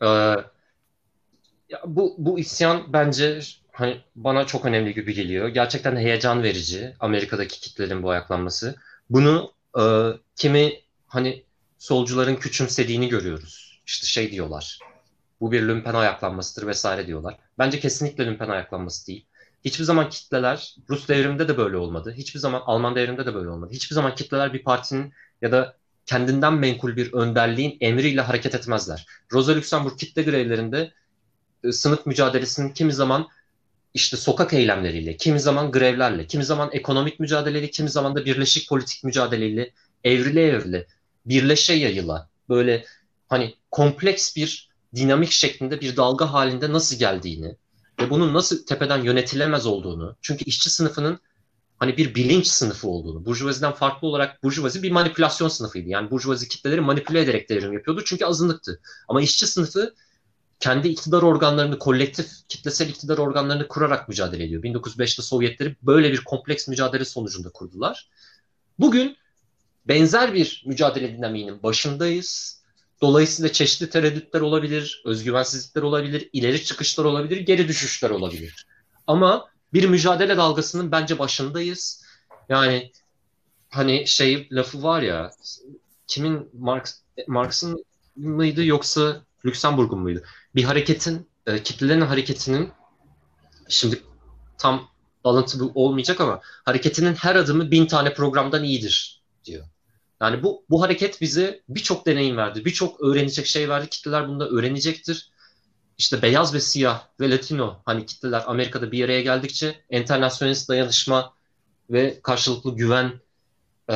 ya bu, bu isyan bence hani bana çok önemli gibi geliyor. Gerçekten heyecan verici Amerika'daki kitlerin bu ayaklanması. Bunu e, kimi hani solcuların küçümsediğini görüyoruz. İşte şey diyorlar. Bu bir lümpen ayaklanmasıdır vesaire diyorlar. Bence kesinlikle lümpen ayaklanması değil. Hiçbir zaman kitleler, Rus devriminde de böyle olmadı. Hiçbir zaman Alman devriminde de böyle olmadı. Hiçbir zaman kitleler bir partinin ya da kendinden menkul bir önderliğin emriyle hareket etmezler. Rosa Luxemburg kitle grevlerinde e, sınıf mücadelesinin kimi zaman işte sokak eylemleriyle, kimi zaman grevlerle, kimi zaman ekonomik mücadeleyle, kimi zaman da birleşik politik mücadeleyle evrile evrile, birleşe yayıla, böyle hani kompleks bir dinamik şeklinde bir dalga halinde nasıl geldiğini ve bunun nasıl tepeden yönetilemez olduğunu, çünkü işçi sınıfının hani bir bilinç sınıfı olduğunu, burjuvaziden farklı olarak burjuvazi bir manipülasyon sınıfıydı. Yani burjuvazi kitleleri manipüle ederek devrim yapıyordu çünkü azınlıktı. Ama işçi sınıfı kendi iktidar organlarını, kolektif kitlesel iktidar organlarını kurarak mücadele ediyor. bin dokuz yüz beşte Sovyetleri böyle bir kompleks mücadele sonucunda kurdular. Bugün benzer bir mücadele dinamiğinin başındayız. Dolayısıyla çeşitli tereddütler olabilir, özgüvensizlikler olabilir, ileri çıkışlar olabilir, geri düşüşler olabilir. Ama bir mücadele dalgasının bence başındayız. Yani hani şey lafı var ya, kimin Marx, Marx'ın mıydı yoksa Luxemburg'un muydu? Bir hareketin, e, kitlelerin hareketinin, şimdi tam alıntı olmayacak ama hareketinin her adımı bin tane programdan iyidir diyor. Yani bu bu hareket bize birçok deneyim verdi, birçok öğrenecek şey verdi. Kitleler bunu da öğrenecektir. İşte beyaz ve siyah ve Latino hani kitleler Amerika'da bir araya geldikçe enternasyonist dayanışma ve karşılıklı güven e,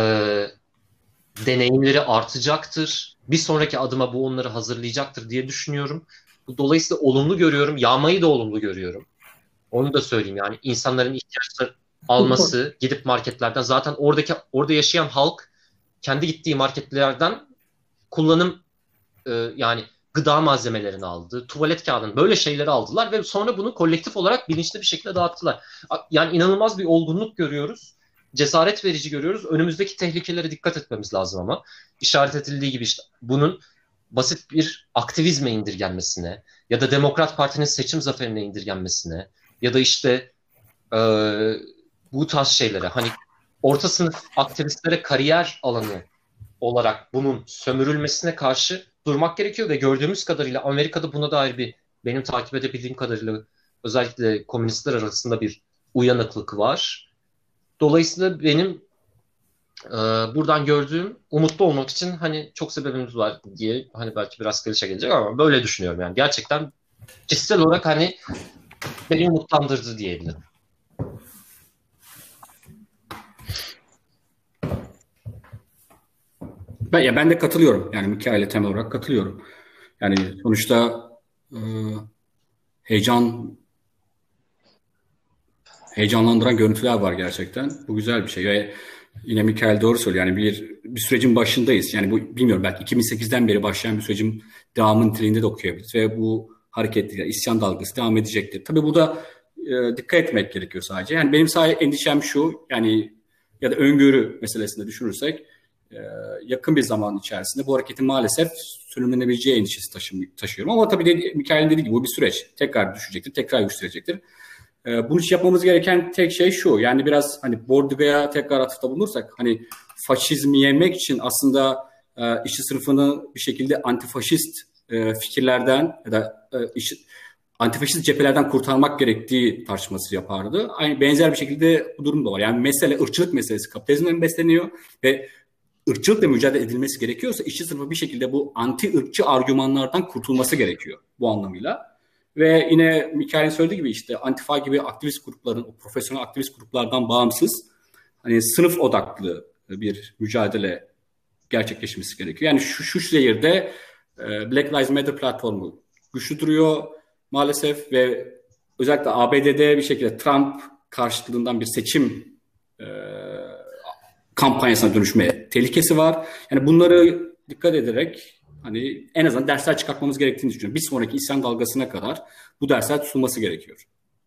deneyimleri artacaktır. Bir sonraki adıma bu onları hazırlayacaktır diye düşünüyorum. Dolayısıyla olumlu görüyorum. Yağmayı da olumlu görüyorum. Onu da söyleyeyim, yani insanların ihtiyaçları alması, gidip marketlerden, zaten oradaki orada yaşayan halk kendi gittiği marketlerden kullanım e, yani gıda malzemelerini aldı, tuvalet kağıdını, böyle şeyleri aldılar ve sonra bunu kolektif olarak bilinçli bir şekilde dağıttılar. Yani inanılmaz bir olgunluk görüyoruz. Cesaret verici görüyoruz. Önümüzdeki tehlikelere dikkat etmemiz lazım ama işaret edildiği gibi işte bunun basit bir aktivizme indirgenmesine ya da Demokrat Parti'nin seçim zaferine indirgenmesine ya da işte e, bu tarz şeylere, hani orta sınıf aktivistlere kariyer alanı olarak bunun sömürülmesine karşı durmak gerekiyor ve gördüğümüz kadarıyla Amerika'da buna dair bir, benim takip edebildiğim kadarıyla özellikle komünistler arasında bir uyanıklık var. Dolayısıyla benim e, buradan gördüğüm, umutlu olmak için hani çok sebebimiz var diye, hani belki biraz klişe gelecek ama böyle düşünüyorum yani. Gerçekten kişisel olarak hani beni umutlandırdı diyebilirim. Ben, ya ben de katılıyorum. Yani Mikail'e temel olarak katılıyorum. Yani sonuçta e, heyecan heyecanlandıran görüntüler var gerçekten. Bu güzel bir şey. Ve yine Mikail doğru söylüyor. Yani bir bir sürecin başındayız. Yani bu bilmiyorum, belki iki bin sekizden beri başlayan bir sürecin devamı niteliğinde de okuyabiliriz. Ve bu hareketli, isyan dalgası devam edecektir. Tabii burada e, dikkat etmek gerekiyor sadece. Yani benim sadece endişem şu, yani ya da öngörü meselesinde düşünürsek e, yakın bir zaman içerisinde bu hareketin maalesef sürümlenebileceği endişesi taşım, taşıyorum. Ama tabii de, Mikail'in dediği gibi bu bir süreç. Tekrar düşecektir, tekrar yükselecektir. Bunun için yapmamız gereken tek şey şu. Yani biraz hani Bordiga'ya tekrar atıfta bulunursak, hani faşizmi yemek için aslında e, işçi sınıfını bir şekilde antifaşist e, fikirlerden ya da e, iş, antifaşist cephelerden kurtarmak gerektiği tartışması yapardı. Aynı benzer bir şekilde bu durum da var. Yani mesele ırkçılık meselesi kapitalizmden besleniyor ve ırkçılıkla mücadele edilmesi gerekiyorsa işçi sınıfı bir şekilde bu anti ırkçı argümanlardan kurtulması gerekiyor bu anlamıyla. Ve yine Mikail'in söylediği gibi işte Antifa gibi aktivist grupların, o profesyonel aktivist gruplardan bağımsız hani sınıf odaklı bir mücadele gerçekleşmesi gerekiyor. Yani şu, şu şehirde Black Lives Matter platformu güçlü duruyor maalesef ve özellikle A B D'de bir şekilde Trump karşıtlığından bir seçim e, kampanyasına dönüşmeye tehlikesi var. Yani bunları dikkat ederek hani en azından dersler çıkartmamız gerektiğini düşünüyorum. Bir sonraki isyan dalgasına kadar bu dersler tutulması gerekiyor.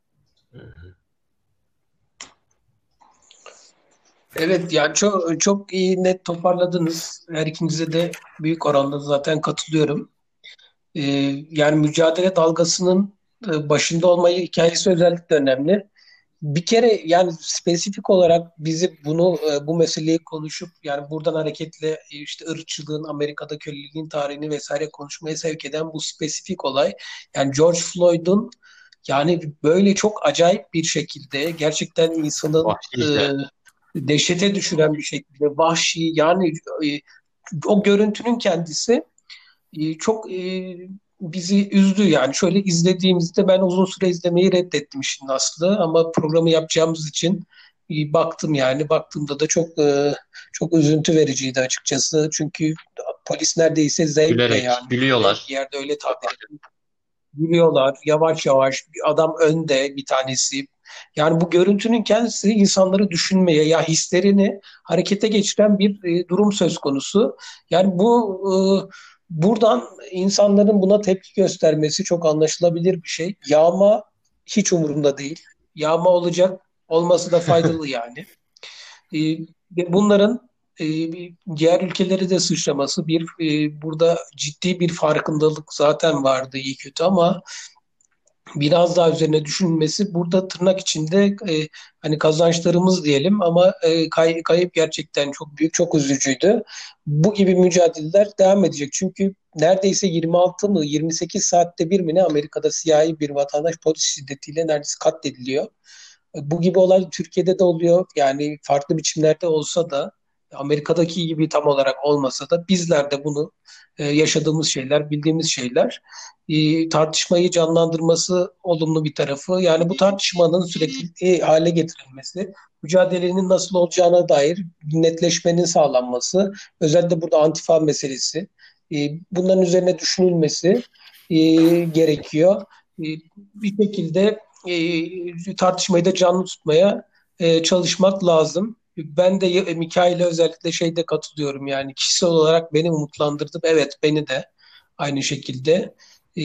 Evet, yani çok çok iyi, net toparladınız. Her ikinize de büyük oranda zaten katılıyorum. Ee, yani mücadele dalgasının e, başında olmayı, hikayesi özellikle önemli. Bir kere yani spesifik olarak bizi bunu e, bu meseleyi konuşup yani buradan hareketle e, işte ırkçılığın, Amerika'da köleliğin tarihini vesaire konuşmaya sevk eden bu spesifik olay, yani George Floyd'un yani böyle çok acayip bir şekilde gerçekten insanın e, Vahşice. dehşete düşüren bir şekilde vahşi, yani e, o görüntünün kendisi e, çok e, bizi üzdü. Yani şöyle izlediğimizde ben uzun süre izlemeyi reddettim işin aslı, ama programı yapacağımız için e, baktım, yani baktığımda da çok e, çok üzüntü vericiydi açıkçası. Çünkü polis neredeyse zevkle, Gülerek, yani böyle gülüyorlar. bir yerde öyle tabir ediyor. Yürüyorlar yavaş yavaş, bir adam önde, bir tanesi. Yani bu görüntünün kendisi insanları düşünmeye, ya hislerini harekete geçiren bir e, durum söz konusu. Yani bu e, buradan insanların buna tepki göstermesi çok anlaşılabilir bir şey. Yağma hiç umurumda değil. Yağma olacak, olması da faydalı yani. E, ve bunların e, diğer ülkeleri de sıçraması, bir e, burada ciddi bir farkındalık zaten vardı iyi kötü, ama biraz daha üzerine düşünülmesi burada tırnak içinde e, hani kazançlarımız diyelim, ama e, kay- kayıp gerçekten çok büyük, çok üzücüydü. Bu gibi mücadeleler devam edecek. Çünkü neredeyse yirmi altı mı yirmi sekiz saatte bir mi ne Amerika'da siyahi bir vatandaş polis şiddetiyle neredeyse katlediliyor. Bu gibi olay Türkiye'de de oluyor. Yani farklı biçimlerde olsa da, Amerika'daki gibi tam olarak olmasa da, bizler de bunu e, yaşadığımız şeyler, bildiğimiz şeyler. E, tartışmayı canlandırması olumlu bir tarafı. Yani bu tartışmanın sürekli hale getirilmesi, mücadelenin nasıl olacağına dair netleşmenin sağlanması, özellikle burada antifa meselesi, e, bunların üzerine düşünülmesi e, gerekiyor. E, bir şekilde e, tartışmayı da canlı tutmaya e, çalışmak lazım. Ben de e, Mikail'e özellikle şeyde katılıyorum, yani kişisel olarak beni umutlandırdı. Evet, beni de aynı şekilde. E,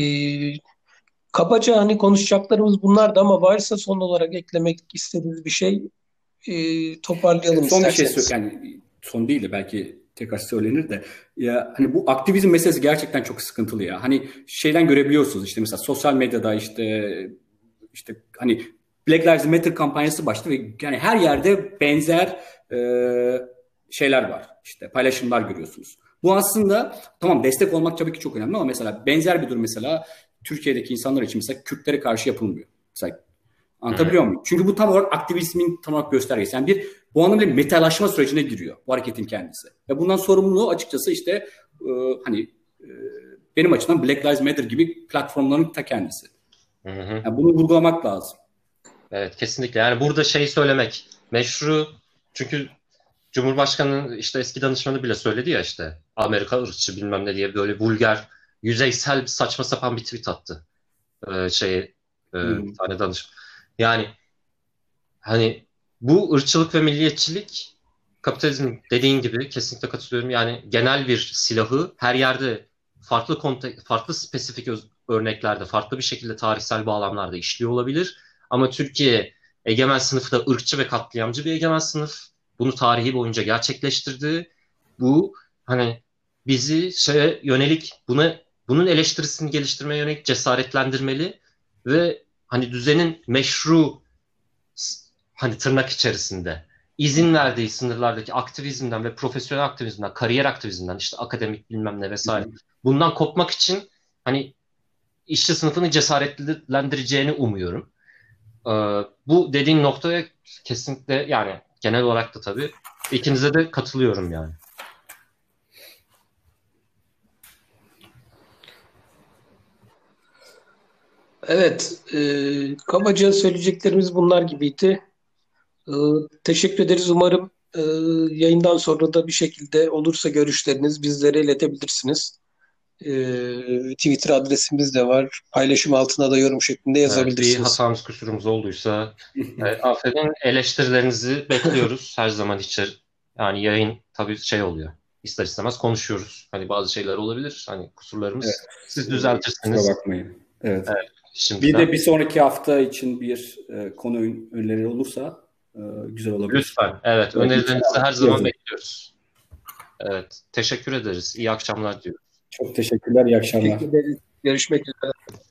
kabaca hani konuşacaklarımız bunlardı, ama varsa son olarak eklemek istediğiniz bir şey, e, toparlayalım Son bir şey sö- isterseniz. yani son değil de belki tekrar söylenir de ya hani bu aktivizm meselesi gerçekten çok sıkıntılı ya. Hani şeyden görebiliyorsunuz işte mesela sosyal medyada işte işte hani Black Lives Matter kampanyası başladı ve yani her yerde benzer e, şeyler var. İşte paylaşımlar görüyorsunuz. Bu aslında tamam destek olmak tabii ki çok önemli ama mesela benzer bir durum mesela Türkiye'deki insanlar için mesela Kürtlere karşı yapılmıyor. Mesela anlatabiliyor muyum? Çünkü bu tam olarak aktivizmin tam olarak göstergesi. Yani bir bu anlamda bir metalaşma sürecine giriyor bu hareketin kendisi. Ve bundan sorumluluğu açıkçası işte e, hani e, benim açımdan Black Lives Matter gibi platformların ta kendisi. Hı hı. Yani bunu vurgulamak lazım. Evet, kesinlikle. Yani burada şey söylemek meşru, çünkü Cumhurbaşkanı'nın işte eski danışmanı bile söyledi ya, işte Amerika ırkçı bilmem ne diye böyle vulgar, yüzeysel, saçma sapan bir tweet attı. Ee, şey e, bir Hmm. tane danışman. Yani hani bu ırkçılık ve milliyetçilik, kapitalizm dediğin gibi kesinlikle katılıyorum. Yani genel bir silahı her yerde farklı kontek farklı spesifik öz- örneklerde, farklı bir şekilde tarihsel bağlamlarda işliyor olabilir. Ama Türkiye egemen sınıfı da ırkçı ve katliamcı bir egemen sınıf. Bunu tarihi boyunca gerçekleştirdi. Bu hani bizi şeye yönelik, buna bunun eleştirisini geliştirmeye yönelik cesaretlendirmeli ve hani düzenin meşru, hani tırnak içerisinde izin verdiği sınırlardaki aktivizmden ve profesyonel aktivizmden, kariyer aktivizmden, işte akademik bilmem ne vesaire, bundan kopmak için hani işçi sınıfını cesaretlendireceğini umuyorum. Ee, bu dediğin noktaya kesinlikle, yani genel olarak da tabii ikinize de katılıyorum yani. Evet, e, kabaca söyleyeceklerimiz bunlar gibiydi. E, Teşekkür ederiz. Umarım e, yayından sonra da bir şekilde olursa görüşleriniz bizlere iletebilirsiniz. E, Twitter adresimiz de var. Paylaşım altına da yorum şeklinde Evet, bir yazabilirsiniz. hatamız, kusurumuz olduysa e, affedin. Eleştirilerinizi bekliyoruz her zaman için. Yani yayın tabii şey oluyor. İster istemez konuşuyoruz. Hani bazı şeyler olabilir. Hani Evet, kusurlarımız. Siz e, kusura düzeltirsiniz. bakmayın. Evet. Evet, Bir şimdiden. de bir sonraki hafta için bir e, konu öneri olursa e, güzel olabilir. Lütfen. Evet, Evet, önerilerinizi her zaman yazın. bekliyoruz. Evet, teşekkür ederiz. İyi akşamlar diyorum. Çok teşekkürler, iyi akşamlar. Teşekkür ederiz. Görüşmek üzere.